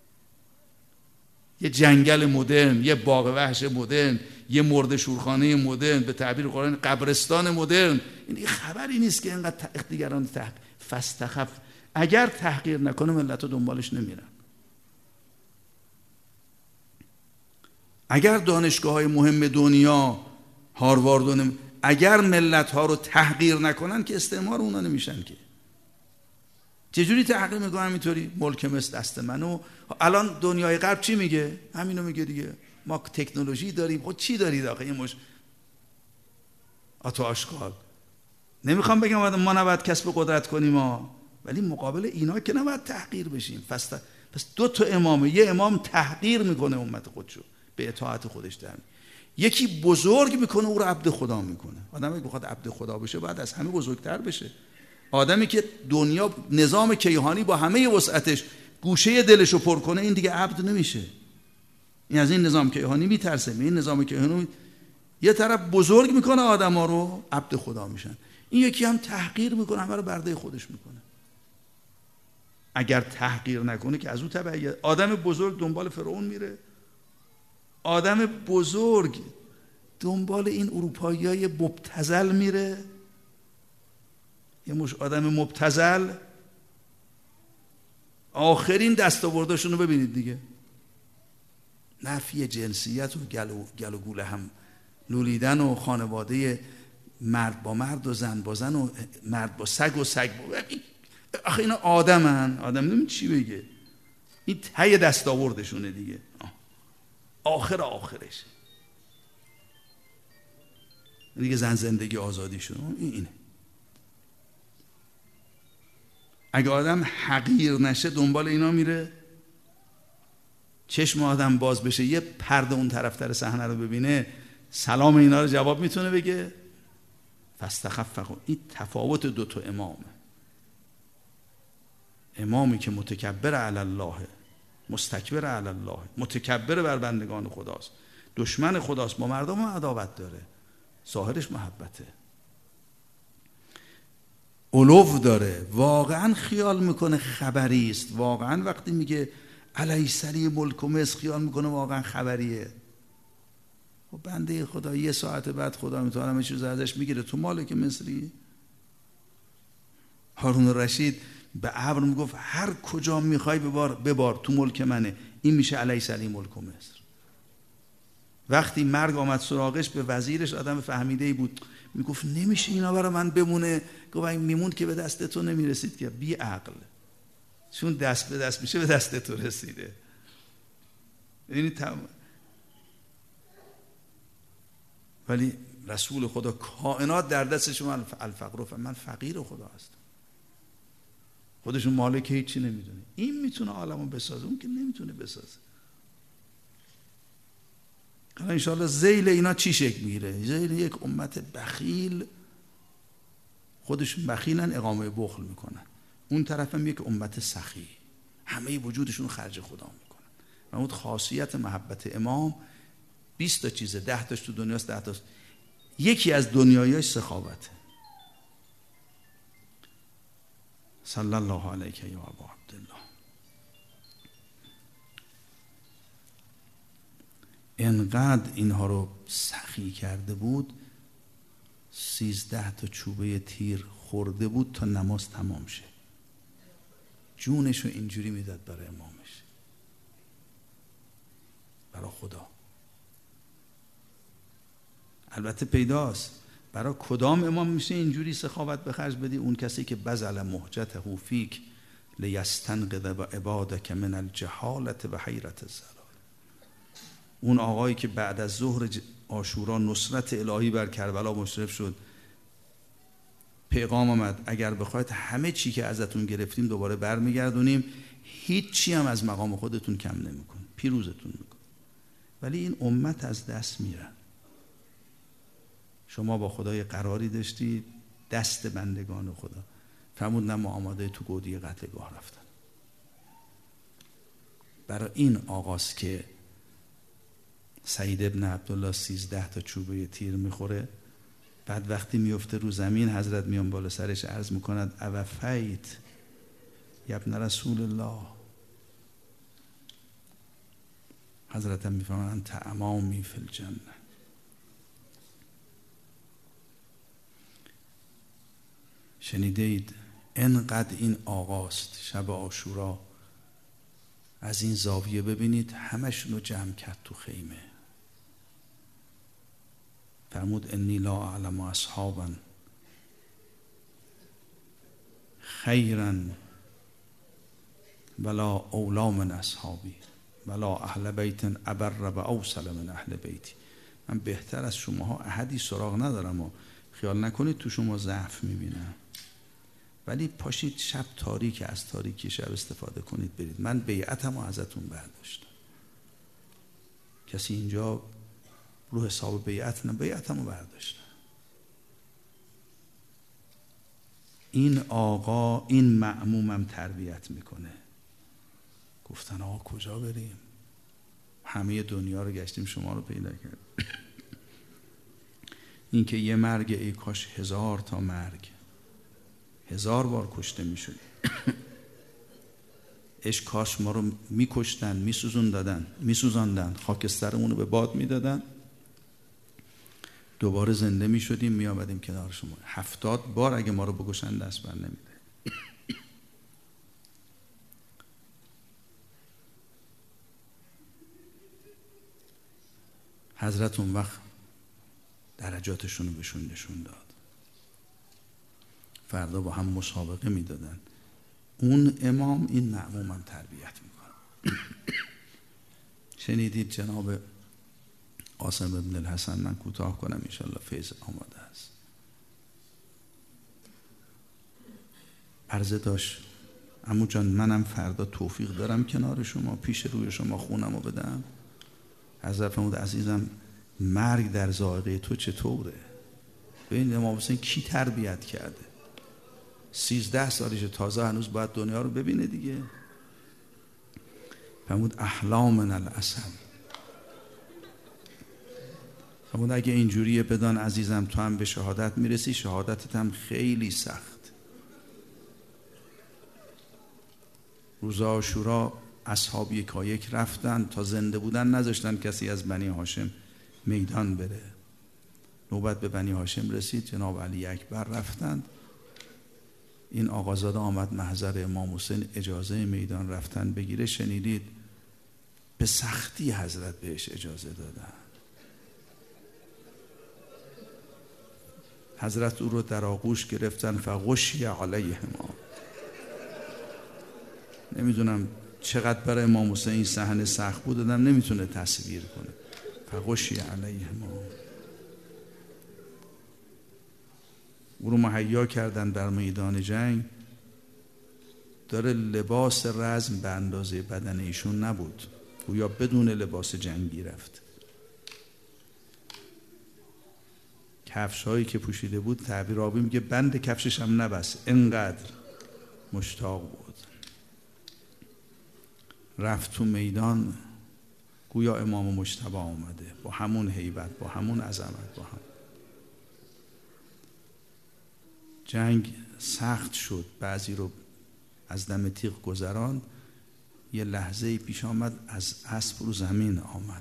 یه جنگل مدرن، یه باغ وحش مدرن، یه مرده شورخانه مدرن، به تعبیر قرآن قبرستان مدرن. این خبری نیست که اینقدر دیگران تحقیر. فاستخف، اگر تحقیر نکنه ملت ها دنبالش نمیرن. اگر دانشگاه های مهم دنیا هاروارد، اگر ملت ها رو تحقیر نکنن که استعمار اونا نمیشن. که چجوری تحقیر میکنن؟ اینطوری ملک مصر دست منو. الان دنیای غرب چی میگه؟ همینو میگه دیگه، ما تکنولوژی داریم. خود چی دارید آخه؟ این مش آتو آشغال. نمیخوام بگم ما نباید کسب قدرت کنیم ما، ولی مقابل اینا که نباید تحقیر بشیم. پس پس دو تا امامه، یه امام تحقیر میکنه امت خودشو به اطاعت خودش در، یکی بزرگ میکنه او رو عبد خدا میکنه. آدمی که بخواد عبد خدا بشه باید از همه بزرگتر بشه. آدمی که دنیا نظام کیهانی با همه وسعتش گوشه دلشو پر کنه، این دیگه عبد نمیشه. این از این نظام کیهانی میترسه. این نظام کیهانی یه طرف بزرگ میکنه آدما رو، عبد خدا میشن. این یکی هم تحقیر میکنه، همه رو برده خودش میکنه. اگر تحقیر نکنه که از اون تبعیت. آدم بزرگ دنبال فرعون میره، آدم بزرگ دنبال این اروپاییای مبتذل میره. یه مش آدم مبتذل، آخرین دستاورداشون رو ببینید دیگه، نفی جنسیت و گل و, گل و گوله هم لولیدن و خانواده مرد با مرد و زن با زن و مرد با سگ و سگ با... آخه اینا آدمن، آدم نمید چی بگه. این ته دستاوردشونه دیگه، آخر آخرش دیگه زن زندگی آزادیشون اینه. اگه آدم حقیر نشه دنبال اینا میره، چشم آدم باز بشه یه پرده اون طرفتر صحنه رو ببینه، سلام اینا رو جواب میتونه بگه؟ فاستخف. این تفاوت دو تا امامه. امامی که متکبر علی الله، مستکبر علی الله، متکبر بر بندگان خداست، دشمن خداست، با مردم عداوت داره، ظاهرش محبته، علو داره، واقعا خیال میکنه خبری است، واقعا وقتی میگه الیس لی ملک مصر خیال میکنه واقعا خبریه. و بنده خدا یه ساعت بعد خدا میتونه همه چیز ازش میگیره. تو مالک مصری؟ هارون رشید به ابر میگفت هر کجا میخوای ببار ببار، تو ملک منه. این میشه الیس لی ملک مصر. وقتی مرگ آمد سراغش، به وزیرش آدم فهمیده ای بود، میگفت نمیشه اینا برای من بمونه. گفت این میموند که به دست تو نمیرسید که بی عقل، چون دست به دست میشه به دست تو رسیده. یعنی تم... ولی رسول خدا کائنات در دست شما الفقر، من فقیر خدا هستم. خودشون مالک هیچی نمیدونه. این میتونه عالمو بسازه، اون که نمیتونه بسازه. حالا انشاءالله ذیل اینا چی شکل میگیره؟ ذیل یک امت بخیل، خودشون بخیلن، اقامه بخل میکنن. اون طرف هم یک امت سخی، همه وجودشون خرج خدا میکنن. و اون خاصیت محبت امام بیست تا چیزه، ده تاش تو دنیاست، ده تاش یکی از دنیایش سخاوته. صلی الله علیک یا ابا عبدالله. انقدر اینها رو سخی کرده بود، سیزده تا چوبه تیر خورده بود تا نماز تمام شه. جونشو اینجوری میداد برای امامش، برای خدا. البته پیداست برای کدام امام میشه اینجوری سخاوت به خرج بدی؟ اون کسی که بذل مهجته فیک لیستنقذ عبادک من الجهالة و حیرت الضلال. اون آقایی که بعد از ظهر عاشورا نصرت الهی بر کربلا مشرف شد، پیغام آمد اگر بخواید همه چی که ازتون گرفتیم دوباره برمیگردونیم، هیچ چی هم از مقام خودتون کم نمیکن، پیروزتون میکن. ولی این امت از دست میرن. شما با خدای قراری داشتی، دست بندگان خدا فرمود نه ما آماده تو گودی قتلگاه رفتن. برای این آغاز که سعید ابن عبدالله سیزده تا چوبه تیر میخوره، بعد وقتی میفته رو زمین حضرت میان بالا سرش عرض میکند اوفیت یا ابن رسول الله. حضرت هم میفهمن انت امامی فی الجنه. شنیدید انقدر این آغاست شب عاشورا، از این زاویه ببینید همشون رو جمع کرد تو خیمه. فرمود انی لا اعلم اصحابا خیرا ولا اولا من اصحابی ولا اهل بیت ابر و اوصل من اهل بیتی. من بهتر از شماها احدی سراغ ندارم و خیال نکنید تو شما ضعف میبینم، ولی پاشید شب تاریک، از تاریکی شب استفاده کنید برید. من بیعتم رو ازتون برداشتم. کسی اینجا رو حساب بیعت نه، بیعتم رو برداشتم. این آقا این مأمومم تربیت میکنه. گفتن آقا کجا بریم؟ همه دنیا رو گشتیم شما رو پیدا کرد. این که یه مرگ، ای کاش هزار تا مرگ، هزار بار کشته میشد. اش کاش ما رو میکشتن، میسوزون دادن، میسوزاندن، خاکسترمون رو به باد میدادن، دوباره زنده میشدیم، میآمدیم کنار شما. هفتاد بار اگه ما رو بکشن دست بر نمیده. حضرت اون وقت درجاتشون رو بهشون نشون داد. فردا با هم مسابقه میدادن. اون امام این مأموم هم تربیت میکنه. شنیدید جناب قاسم ابن الحسن، من کوتاه کنم انشالله فیض آماده است، عرضه داشت عمو جان منم فردا توفیق دارم کنار شما پیش روی شما خونم رو بدم. حضرت فرمود عزیزم مرگ در ذائقه تو چطوره؟ ببین امام حسین کی تربیت کرده؟ سیزده سالشه، تازه هنوز باید دنیا رو ببینه دیگه. فرمود احلام من العسل. فرمود اگه اینجوریه بدان عزیزم تو هم به شهادت میرسی، شهادتت هم خیلی سخت. روز عاشورا اصحاب یکایک رفتن، تا زنده بودن نذاشتن کسی از بنی هاشم میدان بره. نوبت به بنی هاشم رسید، جناب علی اکبر رفتند. این آقازاده آمد محضر امام حسین اجازه میدان رفتن بگیره. شنیدید به سختی حضرت بهش اجازه دادن. حضرت او رو در آغوش گرفتن، فغشی علیهما. نمیدونم چقدر برای امام حسین این صحنه سخت بود، دادم نمیتونه تصویر کنه. فغشی علیهما. او رو مهیا کردن در میدان جنگ. داره لباس رزم به اندازه بدن ایشون نبود، گویا بدون لباس جنگی رفت. کفش هایی که پوشیده بود، تعبیر آبی میگه بند کفشش هم نبست، انقدر مشتاق بود. رفت تو میدان، گویا امام مجتبی آمده با همون هیبت، با همون عظمت، با هم. جنگ سخت شد، بعضی رو از دم تیغ گذراند. یه لحظه پیش آمد از اسب رو زمین آمد.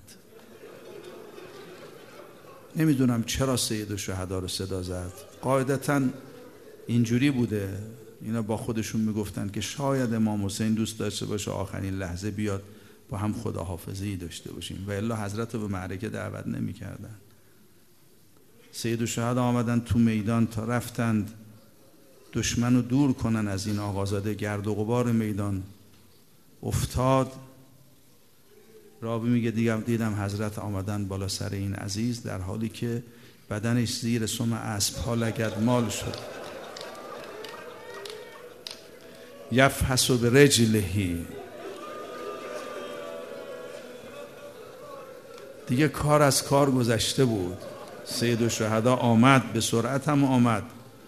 نمیدونم چرا سید الشهدا رو صدا زد. قاعدتاً اینجوری بوده، اینا با خودشون میگفتن که شاید امام حسین دوست داشته باشه آخرین لحظه بیاد با هم خداحافظی داشته باشیم، و الا حضرت رو به معرکه دعوت نمیکردن. سید الشهدا آمدن تو میدان، تا رفتند دشمن رو دور کنن از این آقازاده. گرد و غبار میدان افتاد. راوی میگه دیگه دیدم حضرت آمدن بالا سر این عزیز در حالی که بدنش زیر سم اسب ها لگدمال شد. یفحص برجلهی. دیگه کار از کار گذشته بود. سید الشهدا آمد، به سرعت هم آمد،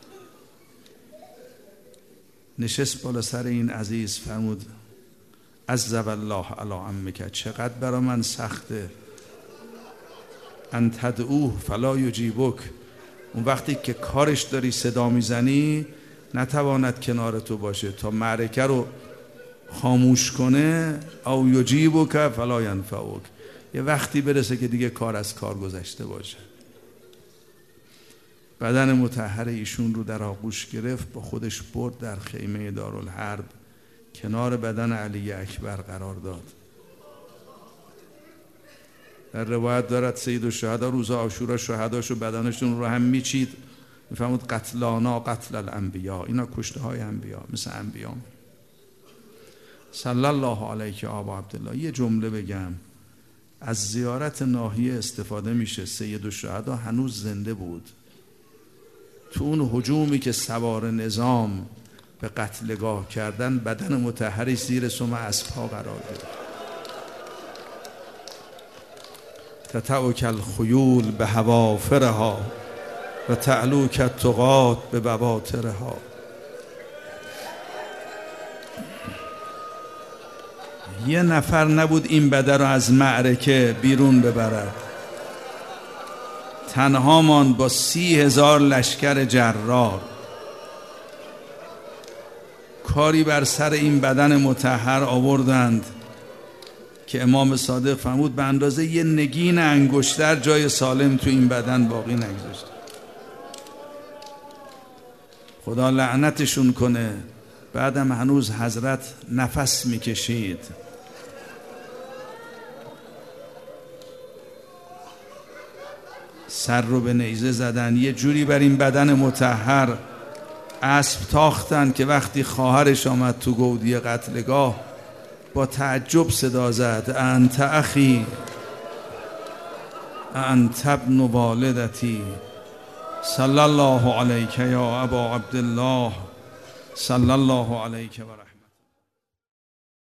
نشست بالا سر این عزیز. فرمود عز والله علی عمک، چقدر برا من سخته ان تدعوه فلا یجیبک. اون وقتی که کارش داری صدا میزنی نتواند کنار تو باشه تا معرکه رو خاموش کنه. او یجیبک فلا ینفعک، یه وقتی برسه که دیگه کار از کار گذشته باشه. بدن مطهر ایشون رو در آغوش گرفت، با خودش برد در خیمه دارالحرب، کنار بدن علی اکبر قرار داد. در روایت دارد سید الشهدا روز عاشورا شهداشو بدنشون رو هم میچید، میفهمود قتلانا قتل الانبیا، اینا کشته های انبیا، مثل انبیا. صلی الله علیک ابا عبدالله. یه جمله بگم، از زیارت ناحیه استفاده میشه. سید الشهدا هنوز زنده بود. تو اون هجومی که سوار نظام به قتلگاه کردن، بدن مطهرش زیر سم اسب‌ها قرار گرفت. تتعک الخیول به حوافرها و تعلوک التقات به بواطرها. یه نفر نبود این بدن رو از معرکه بیرون ببرد. تنها ماند با سی هزار لشکر جرار. کاری بر سر این بدن مطهر آوردند که امام صادق فرمود به اندازه یه نگین انگشتر جای سالم تو این بدن باقی نگذاشت. خدا لعنتشون کنه. بعدم هنوز حضرت نفس میکشید. سر رو به نیزه زدن، یه جوری بر این بدن مطهر اسب تاختن که وقتی خواهرش آمد تو گودی قتلگاه با تعجب صدا زد انت اخی انت ابن والدتی صلی الله علیک یا ابا عبدالله صلی الله علیک و رحمه.